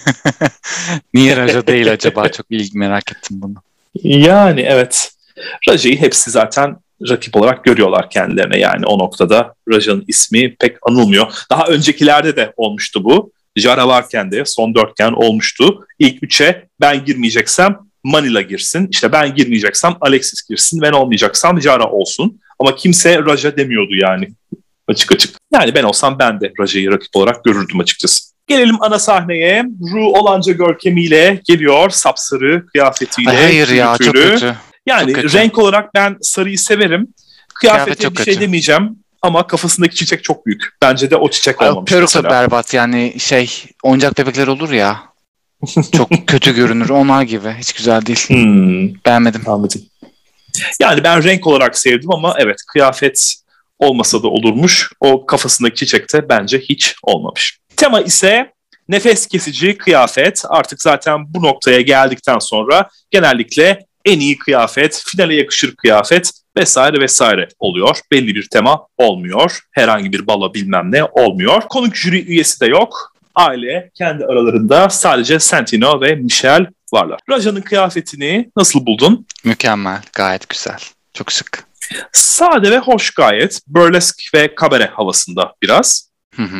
Niye Raja değil acaba? Çok ilgi merak ettim bunu. Yani evet. Raja'yı hepsi zaten rakip olarak görüyorlar kendilerine. Yani o noktada Raja'nın ismi pek anılmıyor. Daha öncekilerde de olmuştu bu. Jara varken de son dörtgen olmuştu. İlk üçe ben girmeyeceksem Manila girsin. İşte ben girmeyeceksem Alexis girsin. Ben olmayacaksam Jara olsun. Ama kimse Raja demiyordu yani. Açık açık. Yani ben olsam ben de Raja'yı rakip olarak görürdüm açıkçası. Gelelim ana sahneye. Ru olanca görkemiyle geliyor. Sapsarı kıyafetiyle. Ay hayır ya, çok kötü. Yani çok kötü. renk olarak ben sarıyı severim. Kıyafete Kıyafet çok bir şey kötü. demeyeceğim. Ama kafasındaki çiçek çok büyük. Bence de o çiçek Ay, olmamış peruk da mesela. berbat yani, şey oyuncak bebekler olur ya. Çok kötü görünür, onlar gibi. Hiç güzel değil. Hmm, Beğenmedim. anladım. Yani ben renk olarak sevdim ama evet, kıyafet olmasa da olurmuş. O kafasındaki çiçek de bence hiç olmamış. Tema ise nefes kesici kıyafet. Artık zaten bu noktaya geldikten sonra genellikle en iyi kıyafet, finale yakışır kıyafet vesaire vesaire oluyor. Belli bir tema olmuyor. Herhangi bir balo bilmem ne olmuyor. Konuk jüri üyesi de yok. Aile kendi aralarında sadece Santino ve Michelle varlar. Raja'nın kıyafetini nasıl buldun? Mükemmel, gayet güzel. Çok şık. Sade ve hoş gayet. Burlesk ve kabare havasında biraz. Hı hı.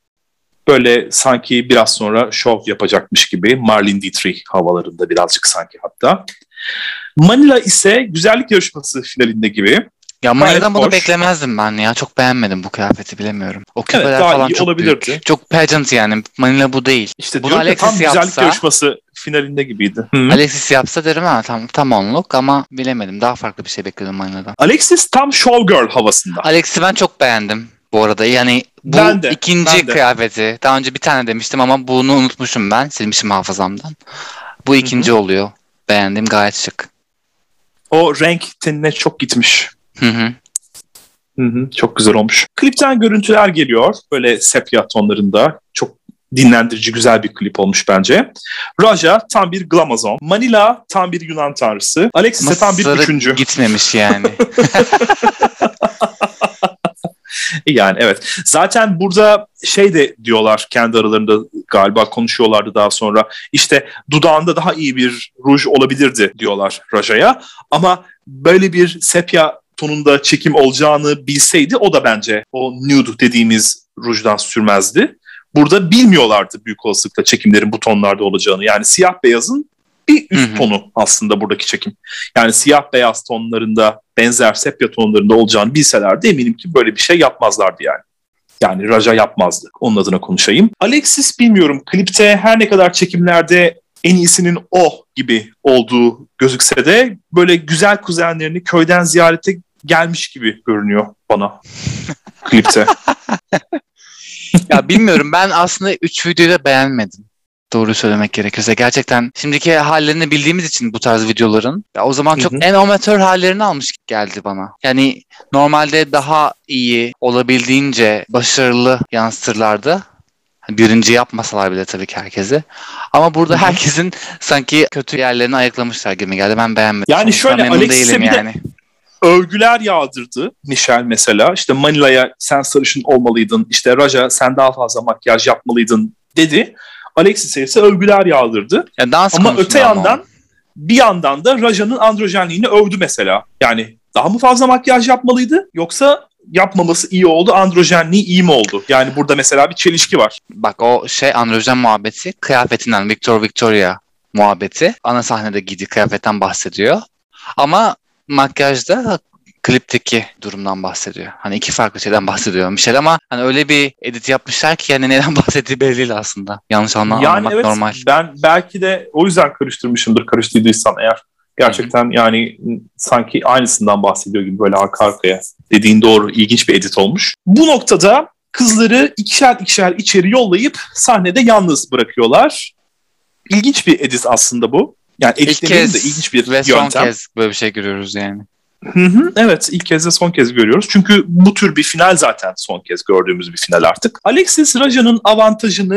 Böyle sanki biraz sonra şov yapacakmış gibi, Marlene Dietrich havalarında birazcık sanki hatta. Manila ise güzellik yarışması finalinde gibi. Ya Manila'dan bunu hoş. beklemezdim ben ya. Çok beğenmedim bu kıyafeti, bilemiyorum. O küpeler Evet, daha falan iyi çok olabilirdi. büyük. Çok pageant yani. Manila bu değil. İşte Bunu diyorum ya, tam Alexis güzellik yapsa, yarışması finalinde gibiydi. Hı. Alexis yapsa derim ha tam, tam onluk, ama bilemedim. Daha farklı bir şey bekliyordum Manila'dan. Alexis tam showgirl havasında. Alexis'i ben çok beğendim bu arada. Yani bu Ben de, ikinci ben de. kıyafeti. Daha önce bir tane demiştim ama bunu unutmuşum ben. Silmişim hafızamdan. Bu ikinci Hı hı. oluyor. Beğendim, gayet şık. O renk tenine çok gitmiş. Hı hı. Hı hı, çok güzel olmuş. Klipten görüntüler geliyor. Böyle sepya tonlarında. Çok dinlendirici, güzel bir klip olmuş bence. Raja tam bir glamazon. Manila tam bir Yunan tanrısı. Alexis de tam bir Sarı üçüncü. gitmemiş yani. Yani evet. Zaten burada şey de diyorlar kendi aralarında, galiba konuşuyorlardı daha sonra. İşte dudağında daha iyi bir ruj olabilirdi diyorlar Raja'ya. Ama böyle bir sepya tonunda çekim olacağını bilseydi o da bence o nude dediğimiz rujdan sürmezdi. Burada bilmiyorlardı büyük olasılıkla çekimlerin bu tonlarda olacağını. Yani siyah beyazın bir üst Hı hı. tonu aslında buradaki çekim. Yani siyah beyaz tonlarında, benzer sepya tonlarında olacağını bilselerdi eminim ki böyle bir şey yapmazlardı yani. Yani Raja yapmazdı. Onun adına konuşayım. Alexis bilmiyorum, klipte her ne kadar çekimlerde en iyisinin o gibi olduğu gözükse de böyle güzel kuzenlerini köyden ziyarete gelmiş gibi görünüyor bana klipte. Ya bilmiyorum, ben aslında üç videoyu da beğenmedim. Doğru söylemek gerekirse. Gerçekten şimdiki hallerini bildiğimiz için bu tarz videoların, ya o zaman çok Hı hı. en amatör hallerini almış geldi bana. Yani normalde daha iyi, olabildiğince başarılı yansıtırlardı. Birinci yapmasalar bile tabii ki herkesi. Ama burada Hı hı. herkesin sanki kötü yerlerini ayıklamışlar gibi geldi. Ben beğenmedim. Yani Sonuçta şöyle, memnun Alexis'e değilim bir de yani. övgüler yağdırdı Michelle mesela. İşte Manila'ya sen sarışın olmalıydın, İşte Raja sen daha fazla makyaj yapmalıydın dedi. Alexis'e ise övgüler yağdırdı. Ya dans Ama konusunda öte ama yandan o. bir yandan da Raja'nın androjenliğini övdü mesela. Yani daha mı fazla makyaj yapmalıydı, yoksa yapmaması iyi oldu, androjenliği iyi mi oldu? Yani burada mesela bir çelişki var. Bak o şey androjen muhabbeti kıyafetinden, Victor Victoria muhabbeti. Ana sahnede giydiği kıyafetten bahsediyor. Ama makyajda klipteki durumdan bahsediyor. Hani iki farklı şeyden bahsediyor Michelle, ama hani öyle bir edit yapmışlar ki yani neden bahsettiği belli değil aslında. Yanlış anla- Yani anlamak evet, normal. ben belki de o yüzden karıştırmışımdır, karıştırdıysam eğer. Gerçekten yani sanki aynısından bahsediyor gibi böyle arka arkaya. Dediğin doğru, ilginç bir edit olmuş. Bu noktada kızları ikişer ikişer içeri yollayıp sahnede yalnız bırakıyorlar. İlginç bir edit aslında bu. Yani İlk edit demeyelim de kez ilginç bir ve yöntem. son kez böyle bir şey görüyoruz yani. Hı hı, evet, ilk kez de son kez görüyoruz. Çünkü bu tür bir final zaten son kez gördüğümüz bir final artık. Alexis Raja'nın avantajını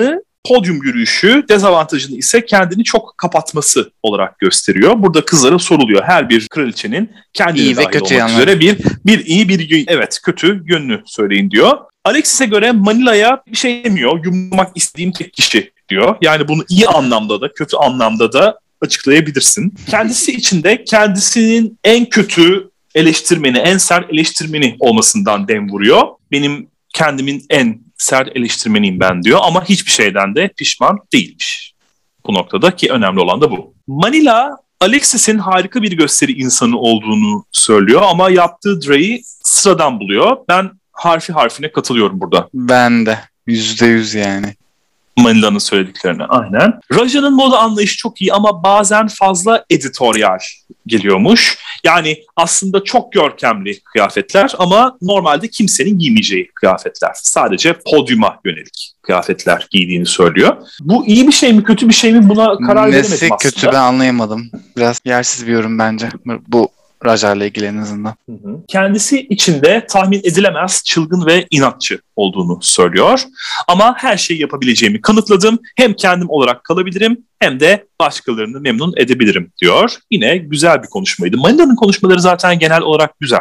podyum yürüyüşü dezavantajını ise kendini çok kapatması olarak gösteriyor. Burada kızlara soruluyor. Her bir kraliçenin kendine İyi ve dahil kötü olmak yanları. üzere bir, bir iyi bir evet kötü yönünü söyleyin diyor. Alexis'e göre Manila'ya bir şey demiyor. Yummak istediğim tek kişi diyor. Yani bunu iyi anlamda da kötü anlamda da açıklayabilirsin. Kendisi için de kendisinin en kötü eleştirmeni, en sert eleştirmeni olmasından dem vuruyor. Benim kendimin en sert eleştirmeniyim ben diyor ama hiçbir şeyden de pişman değilmiş. Bu noktada ki önemli olan da bu. Manila, Alexis'in harika bir gösteri insanı olduğunu söylüyor ama yaptığı Dre'yi sıradan buluyor. Ben harfi harfine katılıyorum burada. Ben de. Yüzde yüz yani. Manila'nın söylediklerine aynen. Raja'nın moda anlayışı çok iyi ama bazen fazla editoryal geliyormuş. Yani aslında çok görkemli kıyafetler ama normalde kimsenin giymeyeceği kıyafetler. Sadece podyuma yönelik kıyafetler giydiğini söylüyor. Bu iyi bir şey mi kötü bir şey mi buna karar veremedim aslında. Nesi kötü ben anlayamadım. Biraz yersiz bir yorum bence bu Raja ile ilgili en azından. Hı hı. Kendisi içinde tahmin edilemez, çılgın ve inatçı olduğunu söylüyor. Ama her şeyi yapabileceğimi kanıtladım. Hem kendim olarak kalabilirim hem de başkalarını memnun edebilirim diyor. Yine güzel bir konuşmaydı. Manila'nın konuşmaları zaten genel olarak güzel.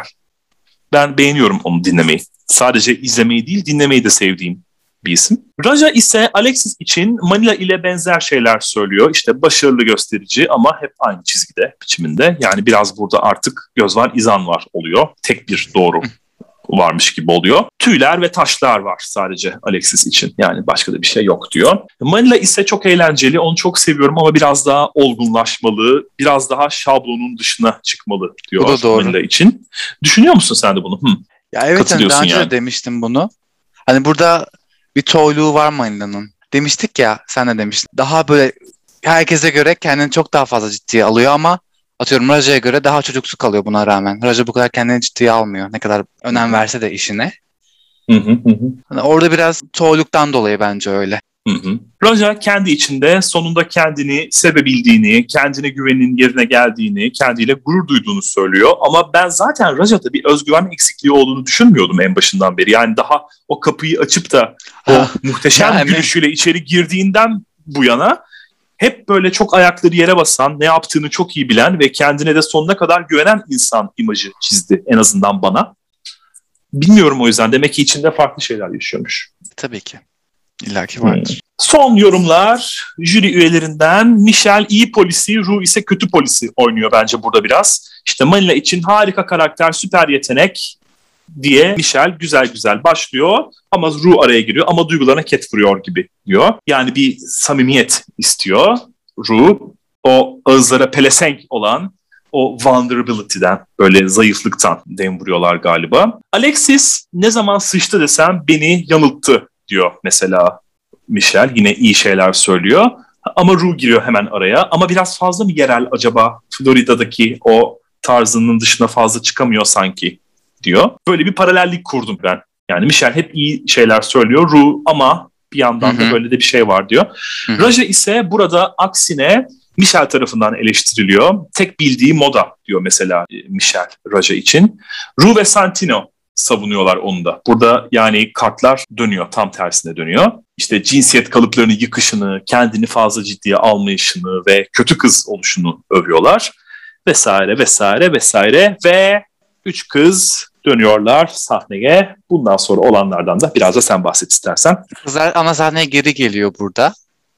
Ben beğeniyorum onu dinlemeyi. Sadece izlemeyi değil dinlemeyi de sevdiğim bir isim. Raja ise Alexis için Manila ile benzer şeyler söylüyor. İşte başarılı gösterici ama hep aynı çizgide, biçiminde. Yani biraz burada artık göz var, izan var oluyor. Tek bir doğru varmış gibi oluyor. Tüyler ve taşlar var sadece Alexis için. Yani başka da bir şey yok diyor. Manila ise çok eğlenceli, onu çok seviyorum ama biraz daha olgunlaşmalı, biraz daha şablonun dışına çıkmalı diyor Bu da doğru. Manila için. Düşünüyor musun sen de bunu? Hı. Ya evet, hani daha önce yani de demiştim bunu. Hani burada bir toyluğu var Manila'nın. Demiştik ya, sen de demiştin. Daha böyle herkese göre kendini çok daha fazla ciddiye alıyor ama atıyorum Raja'ya göre daha çocuksu kalıyor buna rağmen. Raja bu kadar kendini ciddiye almıyor. Ne kadar önem verse de işine. Hı hı hı. Hani orada biraz toyluktan dolayı bence öyle. Hı hı. Raja kendi içinde sonunda kendini sevebildiğini, kendine güvenin yerine geldiğini, kendiyle gurur duyduğunu söylüyor. Ama ben zaten Raja'da bir özgüven eksikliği olduğunu düşünmüyordum en başından beri. Yani daha o kapıyı açıp da o Ha, muhteşem yani. gülüşüyle içeri girdiğinden bu yana hep böyle çok ayakları yere basan, ne yaptığını çok iyi bilen ve kendine de sonuna kadar güvenen insan imajı çizdi en azından bana. Bilmiyorum, o yüzden demek ki içinde farklı şeyler yaşıyormuş. Tabii ki. İlla ki vardır. Hmm. Son yorumlar jüri üyelerinden. Michel iyi polisi, Ru ise kötü polisi oynuyor bence burada biraz. İşte Manila için harika karakter, süper yetenek diye Michel güzel güzel başlıyor ama Ru araya giriyor ama duygularına ket vuruyor gibi diyor. Yani bir samimiyet istiyor Ru. O ağızlara pelesenk olan o vulnerability'den, böyle zayıflıktan dem vuruyorlar galiba. Alexis ne zaman sıçtı desem beni yanılttı diyor mesela Michel. Yine iyi şeyler söylüyor. Ama Ru giriyor hemen araya. Ama biraz fazla mı yerel acaba? Florida'daki o tarzının dışına fazla çıkamıyor sanki diyor. Böyle bir paralellik kurdum ben. Yani Michel hep iyi şeyler söylüyor. Ru ama bir yandan Hı-hı. da böyle de bir şey var diyor. Hı-hı. Raja ise burada aksine Michel tarafından eleştiriliyor. Tek bildiği moda diyor mesela Michel Raja için. Ru ve Santino savunuyorlar onu da. Burada yani kartlar dönüyor, tam tersine dönüyor. İşte cinsiyet kalıplarını yıkışını, kendini fazla ciddiye almayışını ve kötü kız oluşunu övüyorlar. Vesaire vesaire vesaire ve üç kız dönüyorlar sahneye. Bundan sonra olanlardan da biraz da sen bahset istersen. Kızlar ana sahneye geri geliyor burada.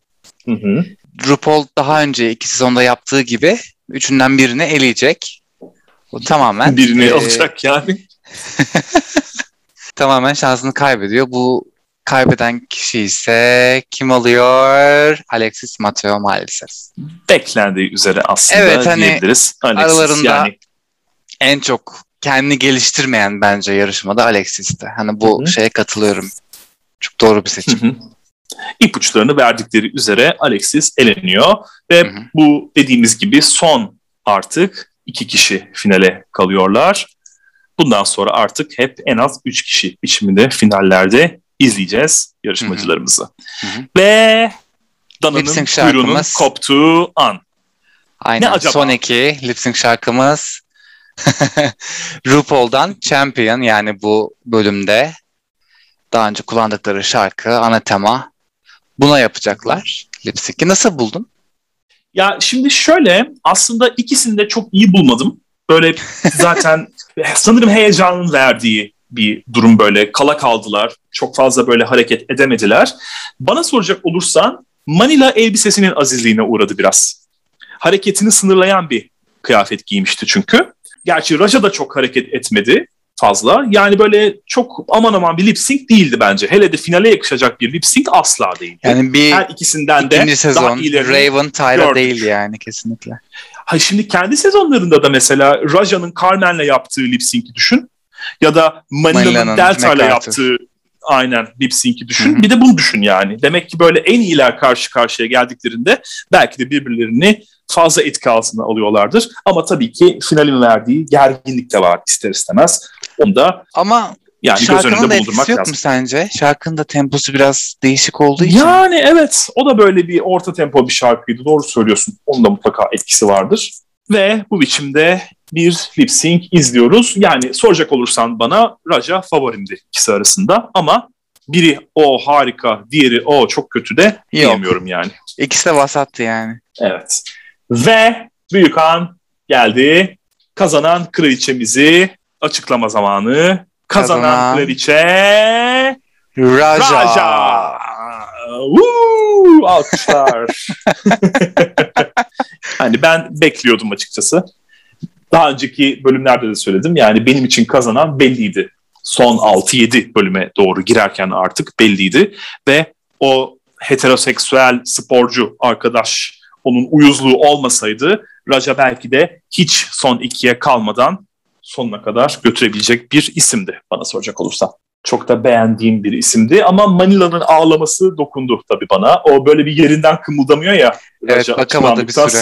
Hı hı. RuPaul daha önce iki sezonda yaptığı gibi üçünden birini eleyecek. O tamamen birini e... alacak yani. Tamamen şansını kaybediyor. Bu kaybeden kişi ise kim alıyor? Alexis Mateo maalesef. Beklendiği üzere aslında evet, hani diyebiliriz. Alexis aralarında yani en çok kendini geliştirmeyen bence yarışmada Alexis'ti. Hani bu Hı-hı. şeye katılıyorum. Çok doğru bir seçim. Hı-hı. İpuçlarını verdikleri üzere Alexis eleniyor ve Hı-hı. bu dediğimiz gibi son artık iki kişi finale kalıyorlar. Bundan sonra artık hep en az üç kişi biçiminde finallerde izleyeceğiz yarışmacılarımızı. Hı hı. Ve Dana'nın kuyruğunun koptuğu an. Aynen. Ne acaba? Son iki lip sync şarkımız RuPaul'dan Champion, yani bu bölümde daha önce kullandıkları şarkı, ana tema. Buna yapacaklar lip sync'i. Nasıl buldun? Ya şimdi şöyle, aslında ikisini de çok iyi bulmadım. Böyle zaten sanırım heyecanın verdiği bir durum, böyle kala kaldılar. Çok fazla böyle hareket edemediler. Bana soracak olursan Manila elbisesinin azizliğine uğradı biraz. Hareketini sınırlayan bir kıyafet giymişti çünkü. Gerçi Raja da çok hareket etmedi fazla. Yani böyle çok aman aman bir lip sync değildi bence. Hele de finale yakışacak bir lip sync asla değildi. Yani bir her ikisinden de sezon, daha iyilerini Raven Tyra gördük. değil yani kesinlikle. Ha şimdi kendi sezonlarında da mesela Raja'nın Carmen'le yaptığı lip sync'i düşün. Ya da Manila'nın, Manila'nın Delta'yla yaptığı aynen lip sync'i düşün. Hı-hı. Bir de bunu düşün yani. Demek ki böyle en iyiler karşı karşıya geldiklerinde belki de birbirlerini fazla etki altına alıyorlardır. Ama tabii ki finalin verdiği gerginlik de var ister istemez. Onu da ama yani şarkının da etkisi yok lazım. Mu sence? Şarkının da temposu biraz değişik olduğu için. Yani evet, o da böyle bir orta tempo bir şarkıydı. Doğru söylüyorsun. Onun da mutlaka etkisi vardır. Ve bu biçimde bir lip sync izliyoruz. Yani soracak olursan bana Raja favorimdi ikisi arasında. Ama biri o harika, diğeri o çok kötü de diyemiyorum yani. İkisi de vasattı yani. Evet. Ve Büyükhan geldi. Kazanan kraliçemizi açıklama zamanı. Kazanan, Kazanan kraliçe Raja. Raja. Woo! Alkışlar. Hani ben bekliyordum açıkçası. Daha önceki bölümlerde de söyledim. Yani benim için kazanan belliydi. Son altı yedi bölüme doğru girerken artık belliydi. Ve o heteroseksüel sporcu arkadaş, onun uyuzluğu olmasaydı Raja belki de hiç son ikiye kalmadan sonuna kadar götürebilecek bir isimdi bana soracak olursa. Çok da beğendiğim bir isimdi ama Manila'nın ağlaması dokundu tabii bana. O böyle bir yerinden kımıldamıyor ya. Evet, bakamadı bir süre.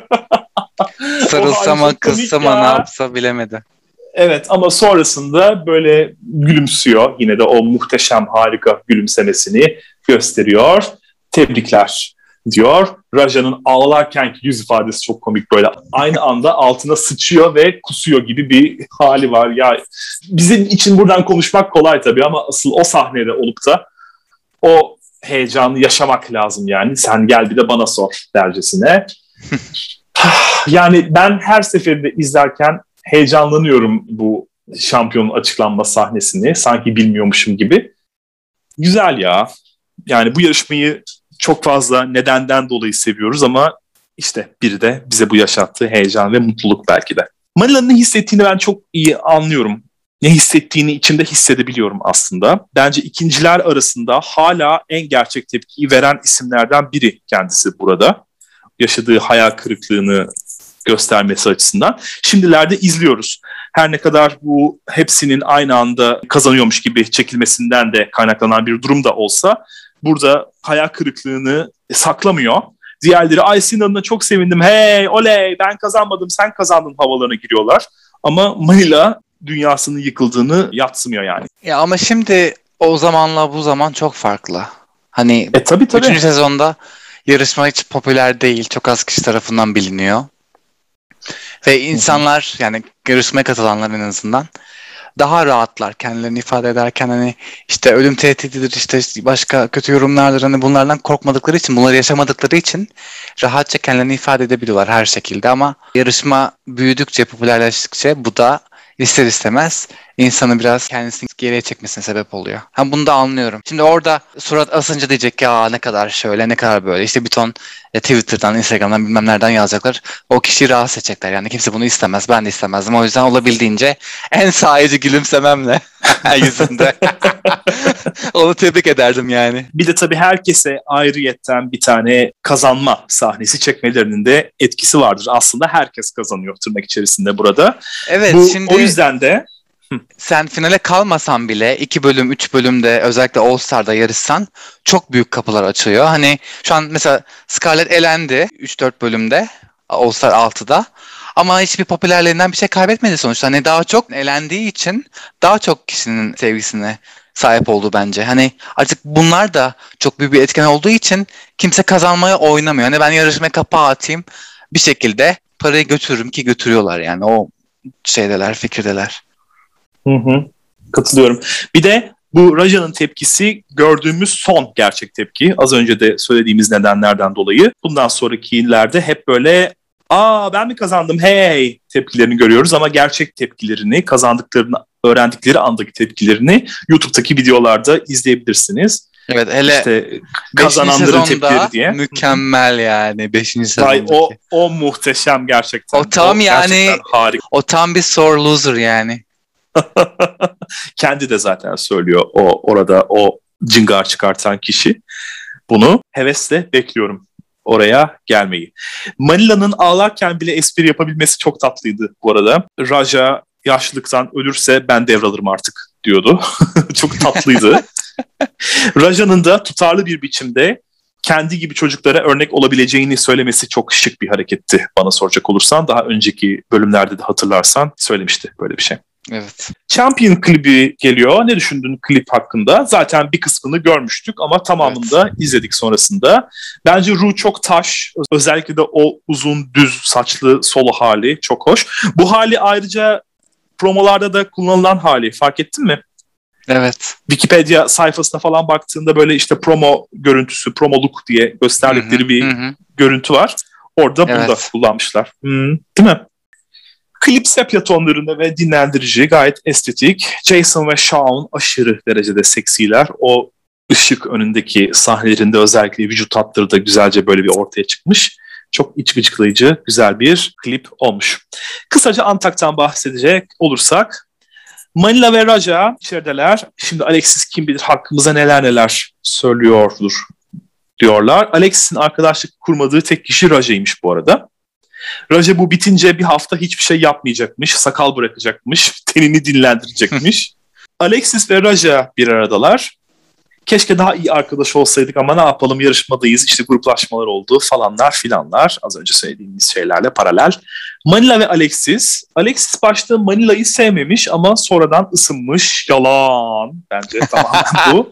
Sarılsa mı kızsa mı ne yapsa bilemedi. Evet, ama sonrasında böyle gülümsüyor. Yine de o muhteşem harika gülümsemesini gösteriyor. Tebrikler diyor. Raja'nın ağlarkenki yüz ifadesi çok komik, böyle aynı anda altına sıçıyor ve kusuyor gibi bir hali var. Ya bizim için buradan konuşmak kolay tabii ama asıl o sahnede olup da o heyecanı yaşamak lazım yani. Sen gel bir de bana sor dercesine. Yani ben her seferinde izlerken heyecanlanıyorum bu şampiyonun açıklanma sahnesini. Sanki bilmiyormuşum gibi. Güzel ya. Yani bu yarışmayı çok fazla nedenden dolayı seviyoruz ama işte biri de bize bu yaşattığı heyecan ve mutluluk belki de. Manila'nın ne hissettiğini ben çok iyi anlıyorum. Ne hissettiğini içimde hissedebiliyorum aslında. Bence ikinciler arasında hala en gerçek tepkiyi veren isimlerden biri kendisi burada. Yaşadığı hayal kırıklığını göstermesi açısından. Şimdilerde izliyoruz. Her ne kadar bu hepsinin aynı anda kazanıyormuş gibi çekilmesinden de kaynaklanan bir durum da olsa burada hayal kırıklığını saklamıyor. Diğerleri ay senin adına çok sevindim, hey oley ben kazanmadım sen kazandın havalarına giriyorlar. Ama Manila dünyasının yıkıldığını yadsımıyor yani. Ya ama şimdi o zamanla bu zaman çok farklı. Hani e, tabii, tabii. üçüncü sezonda yarışma hiç popüler değil. Çok az kişi tarafından biliniyor. Ve insanlar, yani yarışmaya katılanlar en azından daha rahatlar kendilerini ifade ederken, hani işte ölüm tehdididir, işte başka kötü yorumlardır, hani bunlardan korkmadıkları için, bunları yaşamadıkları için rahatça kendilerini ifade edebiliyorlar her şekilde. Ama yarışma büyüdükçe, popülerleştikçe bu da ister istemez insanı biraz kendisini geriye çekmesine sebep oluyor. Ha, bunu da anlıyorum. Şimdi orada surat asınca diyecek ki ya ne kadar şöyle, ne kadar böyle. İşte bir ton e, Twitter'dan, Instagram'dan bilmem nereden yazacaklar. O kişiyi rahatsız edecekler. Yani kimse bunu istemez. Ben de istemezdim. O yüzden olabildiğince en sahici gülümsememle yüzünde onu tebrik ederdim yani. Bir de tabii herkese ayrıyetten bir tane kazanma sahnesi çekmelerinin de etkisi vardır. Aslında herkes kazanıyor tırnak içerisinde burada. Evet, Bu, şimdi o yüzden de sen finale kalmasan bile iki bölüm, üç bölümde özellikle All Star'da yarışsan çok büyük kapılar açılıyor. Hani şu an mesela Scarlett elendi üç dört bölümde All Star altıda. Ama hiçbir popülerliğinden bir şey kaybetmedi sonuçta. Hani daha çok elendiği için daha çok kişinin sevgisine sahip oldu bence. Hani artık bunlar da çok büyük bir etken olduğu için kimse kazanmaya oynamıyor. Hani ben yarışmaya kapağı atayım, bir şekilde parayı götürürüm ki götürüyorlar yani, o şeydeler, fikirdeler. Hı hı. Katılıyorum. Bir de Bu Raja'nın tepkisi gördüğümüz son gerçek tepki. Az önce de söylediğimiz nedenlerden dolayı. Bundan sonrakilerde hep böyle ''Aa ben mi kazandım hey'' tepkilerini görüyoruz ama gerçek tepkilerini, kazandıklarını öğrendikleri andaki tepkilerini YouTube'daki videolarda izleyebilirsiniz. Evet, hele işte kazananların tepkileri diye. Mükemmel yani beşinci sezondaki. O, o muhteşem gerçekten. O tam o yani harika. O tam bir sore loser yani. Kendi de zaten söylüyor o orada o cıngar çıkartan kişi. Bunu hevesle bekliyorum oraya gelmeyi. Manila'nın ağlarken bile espri yapabilmesi çok tatlıydı bu arada. Raja yaşlılıktan ölürse ben devralırım artık diyordu. Çok tatlıydı. Raja'nın da tutarlı bir biçimde kendi gibi çocuklara örnek olabileceğini söylemesi çok şık bir hareketti bana soracak olursan. Daha önceki bölümlerde de hatırlarsan söylemişti böyle bir şey. Evet. Champion klibi geliyor. Ne düşündün klip hakkında? Zaten bir kısmını görmüştük ama tamamını da evet. izledik sonrasında. Bence Ru çok taş. Özellikle de o uzun düz saçlı solo hali çok hoş. Bu hali ayrıca promolarda da kullanılan hali. Fark ettin mi? Evet. Wikipedia sayfasına falan baktığında böyle işte promo görüntüsü, promo look diye gösterdikleri hı-hı, bir hı-hı. görüntü var. Orada evet. bunu da kullanmışlar. Hmm, değil mi? Klip sepya tonlarında ve dinlendirici, gayet estetik. Jason ve Shawn aşırı derecede seksiler. O ışık önündeki sahnelerinde özellikle vücut hatları da güzelce böyle bir ortaya çıkmış. Çok iç gıcıklayıcı, güzel bir klip olmuş. Kısaca Antak'tan bahsedecek olursak, Manila ve Raja içerideler. Şimdi Alexis kim bilir hakkımıza neler neler söylüyordur diyorlar. Alexis'in arkadaşlık kurmadığı tek kişi Raja'ymış bu arada. Raja bu bitince bir hafta hiçbir şey yapmayacakmış, sakal bırakacakmış, tenini dinlendirecekmiş. Alexis ve Raja bir aradalar. Keşke daha iyi arkadaş olsaydık ama ne yapalım, yarışmadayız, işte gruplaşmalar oldu falanlar filanlar. Az önce söylediğimiz şeylerle paralel. Manila ve Alexis. Alexis başta Manila'yı sevmemiş ama sonradan ısınmış. Yalan. Bence tamamen bu.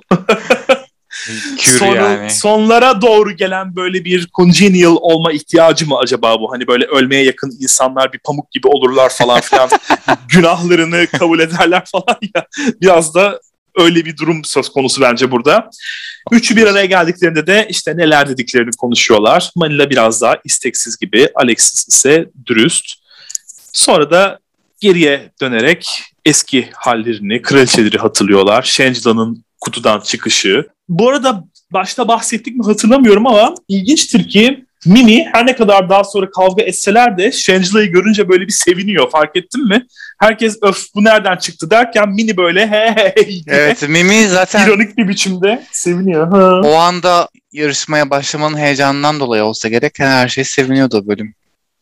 Sonra, yani. Sonlara doğru gelen böyle bir congenial olma ihtiyacı mı acaba bu? Hani böyle ölmeye yakın insanlar bir pamuk gibi olurlar falan filan. Günahlarını kabul ederler falan ya. Biraz da öyle bir durum söz konusu bence burada. Üçü bir araya geldiklerinde de işte neler dediklerini konuşuyorlar. Manila biraz daha isteksiz gibi, Alexis ise dürüst. Sonra da geriye dönerek eski hallerini, kraliçeleri hatırlıyorlar. Shangela-'nın kutudan çıkışı. Bu arada başta bahsettik mi hatırlamıyorum ama ilginçtir ki Mimi her ne kadar daha sonra kavga etseler de Shangela'yı görünce böyle bir seviniyor. Fark ettin mi? Herkes öf bu nereden çıktı derken Mini böyle he he he diye. Evet, Mimi zaten ironik bir biçimde seviniyor. Ha. O anda yarışmaya başlamanın heyecanından dolayı olsa gerek her şey seviniyordu o bölüm.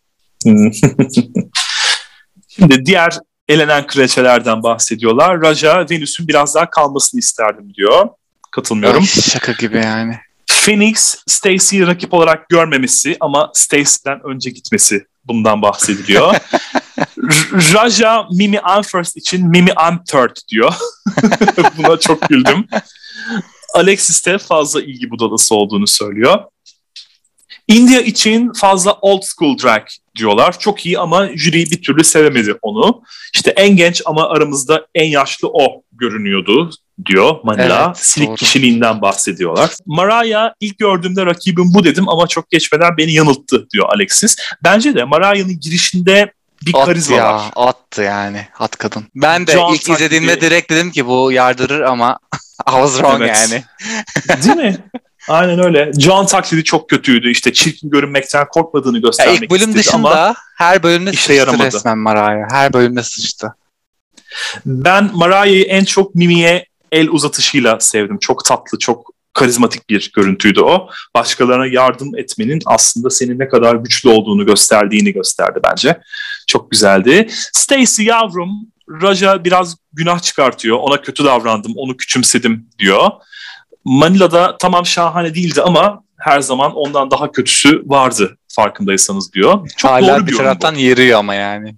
Şimdi diğer elenen kraliçelerden bahsediyorlar. Raja, Venüs'ün biraz daha kalmasını isterdim diyor. Katılmıyorum. Ay, şaka gibi yani. Phoenix, Stacy'yi rakip olarak görmemesi ama Stacy'den önce gitmesi, bundan bahsediliyor. R- Raja, Mimi I'm first için Mimi I'm third diyor. Buna çok güldüm. Alexis de fazla ilgi budalası olduğunu söylüyor. India için fazla old school drag diyorlar. Çok iyi ama jüri bir türlü sevemedi onu. İşte en genç ama aramızda en yaşlı o görünüyordu diyor Manila. Evet, silik doğru. Kişiliğinden bahsediyorlar. Mariah ilk gördüğümde rakibim bu dedim ama çok geçmeden beni yanılttı diyor Alexis. Bence de Mariah'ın girişinde bir at karizma ya, var. Attı yani. At kadın. Ben de John ilk taklidi... izlediğimde direkt dedim ki bu yardırır ama I was wrong evet. yani. Değil mi? Aynen öyle. John taklidi çok kötüydü. İşte çirkin görünmekten korkmadığını göstermek istedi ama ilk bölüm dışında her bölümde işe sıçtı yaramadı. Resmen Mariah. Her bölümde sıçtı. Ben Mariah'yı en çok Mimi'ye el uzatışıyla sevdim. Çok tatlı, çok karizmatik bir görüntüydü o. Başkalarına yardım etmenin aslında senin ne kadar güçlü olduğunu gösterdiğini gösterdi bence. Çok güzeldi. Stacy yavrum, Raja biraz günah çıkartıyor. Ona kötü davrandım, onu küçümsedim diyor. Manila'da tamam şahane değildi ama her zaman ondan daha kötüsü vardı farkındaysanız diyor. Çok hala doğru bir taraftan yeriyor ama yani.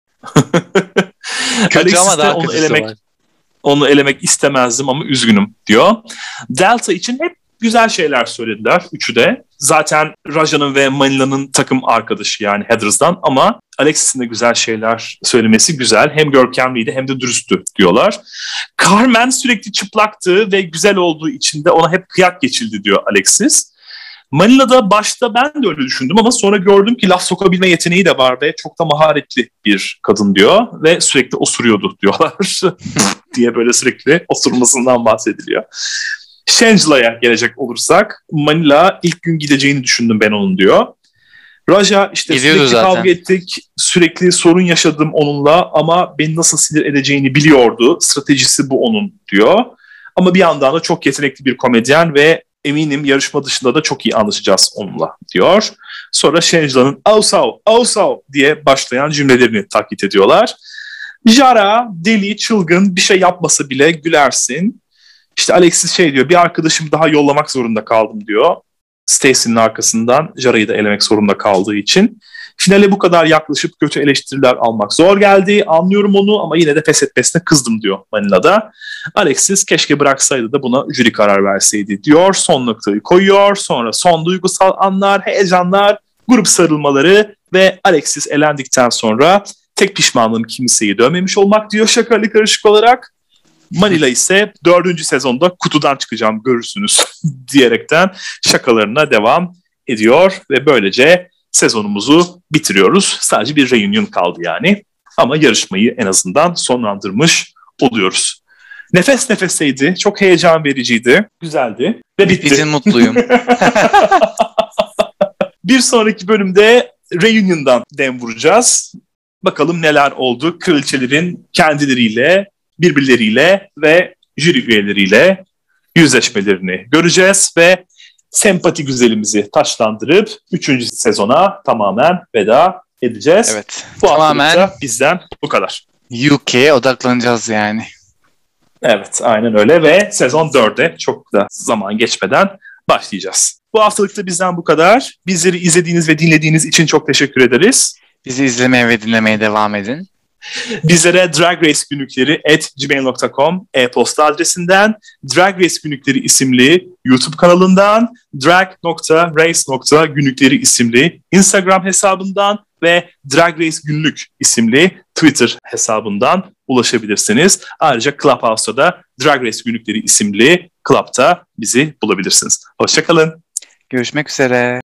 Kötü ama daha kötüsü elemek, var. Onu elemek istemezdim ama üzgünüm diyor. Delta için hep Güzel şeyler söylediler üçü de. Zaten Raja'nın ve Manila'nın takım arkadaşı yani Heathers'dan ama Alexis'in de güzel şeyler söylemesi güzel. Hem görkemliydi hem de dürüsttü diyorlar. Carmen sürekli çıplaktı ve güzel olduğu için de ona hep kıyak geçildi diyor Alexis. Manila'da başta ben de öyle düşündüm ama sonra gördüm ki laf sokabilme yeteneği de var ve çok da maharetli bir kadın diyor ve sürekli osuruyordu diyorlar diye böyle sürekli osurmasından bahsediliyor. Shangela gelecek olursak Manila ilk gün gideceğini düşündüm ben onun diyor. Raja işte Gidiyordu sürekli zaten. kavga ettik, sürekli sorun yaşadım onunla ama beni nasıl sinir edeceğini biliyordu. Stratejisi bu onun diyor. Ama bir yandan da çok yetenekli bir komedyen ve eminim yarışma dışında da çok iyi anlaşacağız onunla diyor. Sonra Shangela'nın "Ausav, Ausav" diye başlayan cümlelerini taklit ediyorlar. Jara deli, çılgın, bir şey yapmasa bile gülersin. İşte Alexis şey diyor, bir arkadaşımı daha yollamak zorunda kaldım diyor. Stacy'nin arkasından Jara'yı da elemek zorunda kaldığı için. Finale bu kadar yaklaşıp kötü eleştiriler almak zor geldi. Anlıyorum onu ama yine de pes etmesine kızdım diyor Manila'da. Alexis keşke bıraksaydı da buna jüri karar verseydi diyor. Son noktayı koyuyor. Sonra son duygusal anlar, heyecanlar, grup sarılmaları ve Alexis elendikten sonra tek pişmanlığım kimseyi dövmemiş olmak diyor şakalı karışık olarak. Manila ise dördüncü sezonda kutudan çıkacağım görürsünüz diyerekten şakalarına devam ediyor ve böylece sezonumuzu bitiriyoruz. Sadece bir reunion kaldı yani ama yarışmayı en azından sonlandırmış oluyoruz. Nefes nefeseydi, çok heyecan vericiydi, güzeldi ve bitti. Bizim mutluyum. Bir sonraki bölümde reunion'dan dem vuracağız. Bakalım neler oldu kraliçelerin kendileriyle, birbirleriyle ve jüri üyeleriyle yüzleşmelerini göreceğiz ve sempati güzelimizi taçlandırıp üçüncü sezona tamamen veda edeceğiz. Evet. Bu Tamamen haftalıkta bizden bu kadar. U K'ye odaklanacağız yani. Evet, aynen öyle ve sezon dörde çok da zaman geçmeden başlayacağız. Bu haftalıkta bizden bu kadar. Bizleri izlediğiniz ve dinlediğiniz için çok teşekkür ederiz. Bizi izlemeye ve dinlemeye devam edin. Bizlere Drag Race Günlükleri at gmail nokta com e-posta adresinden, Drag Race Günlükleri isimli YouTube kanalından, drag nokta race nokta günlükleri isimli Instagram hesabından ve Drag Race Günlük isimli Twitter hesabından ulaşabilirsiniz. Ayrıca Clubhouse'da da Drag Race Günlükleri isimli Club'ta bizi bulabilirsiniz. Hoşça kalın. Görüşmek üzere.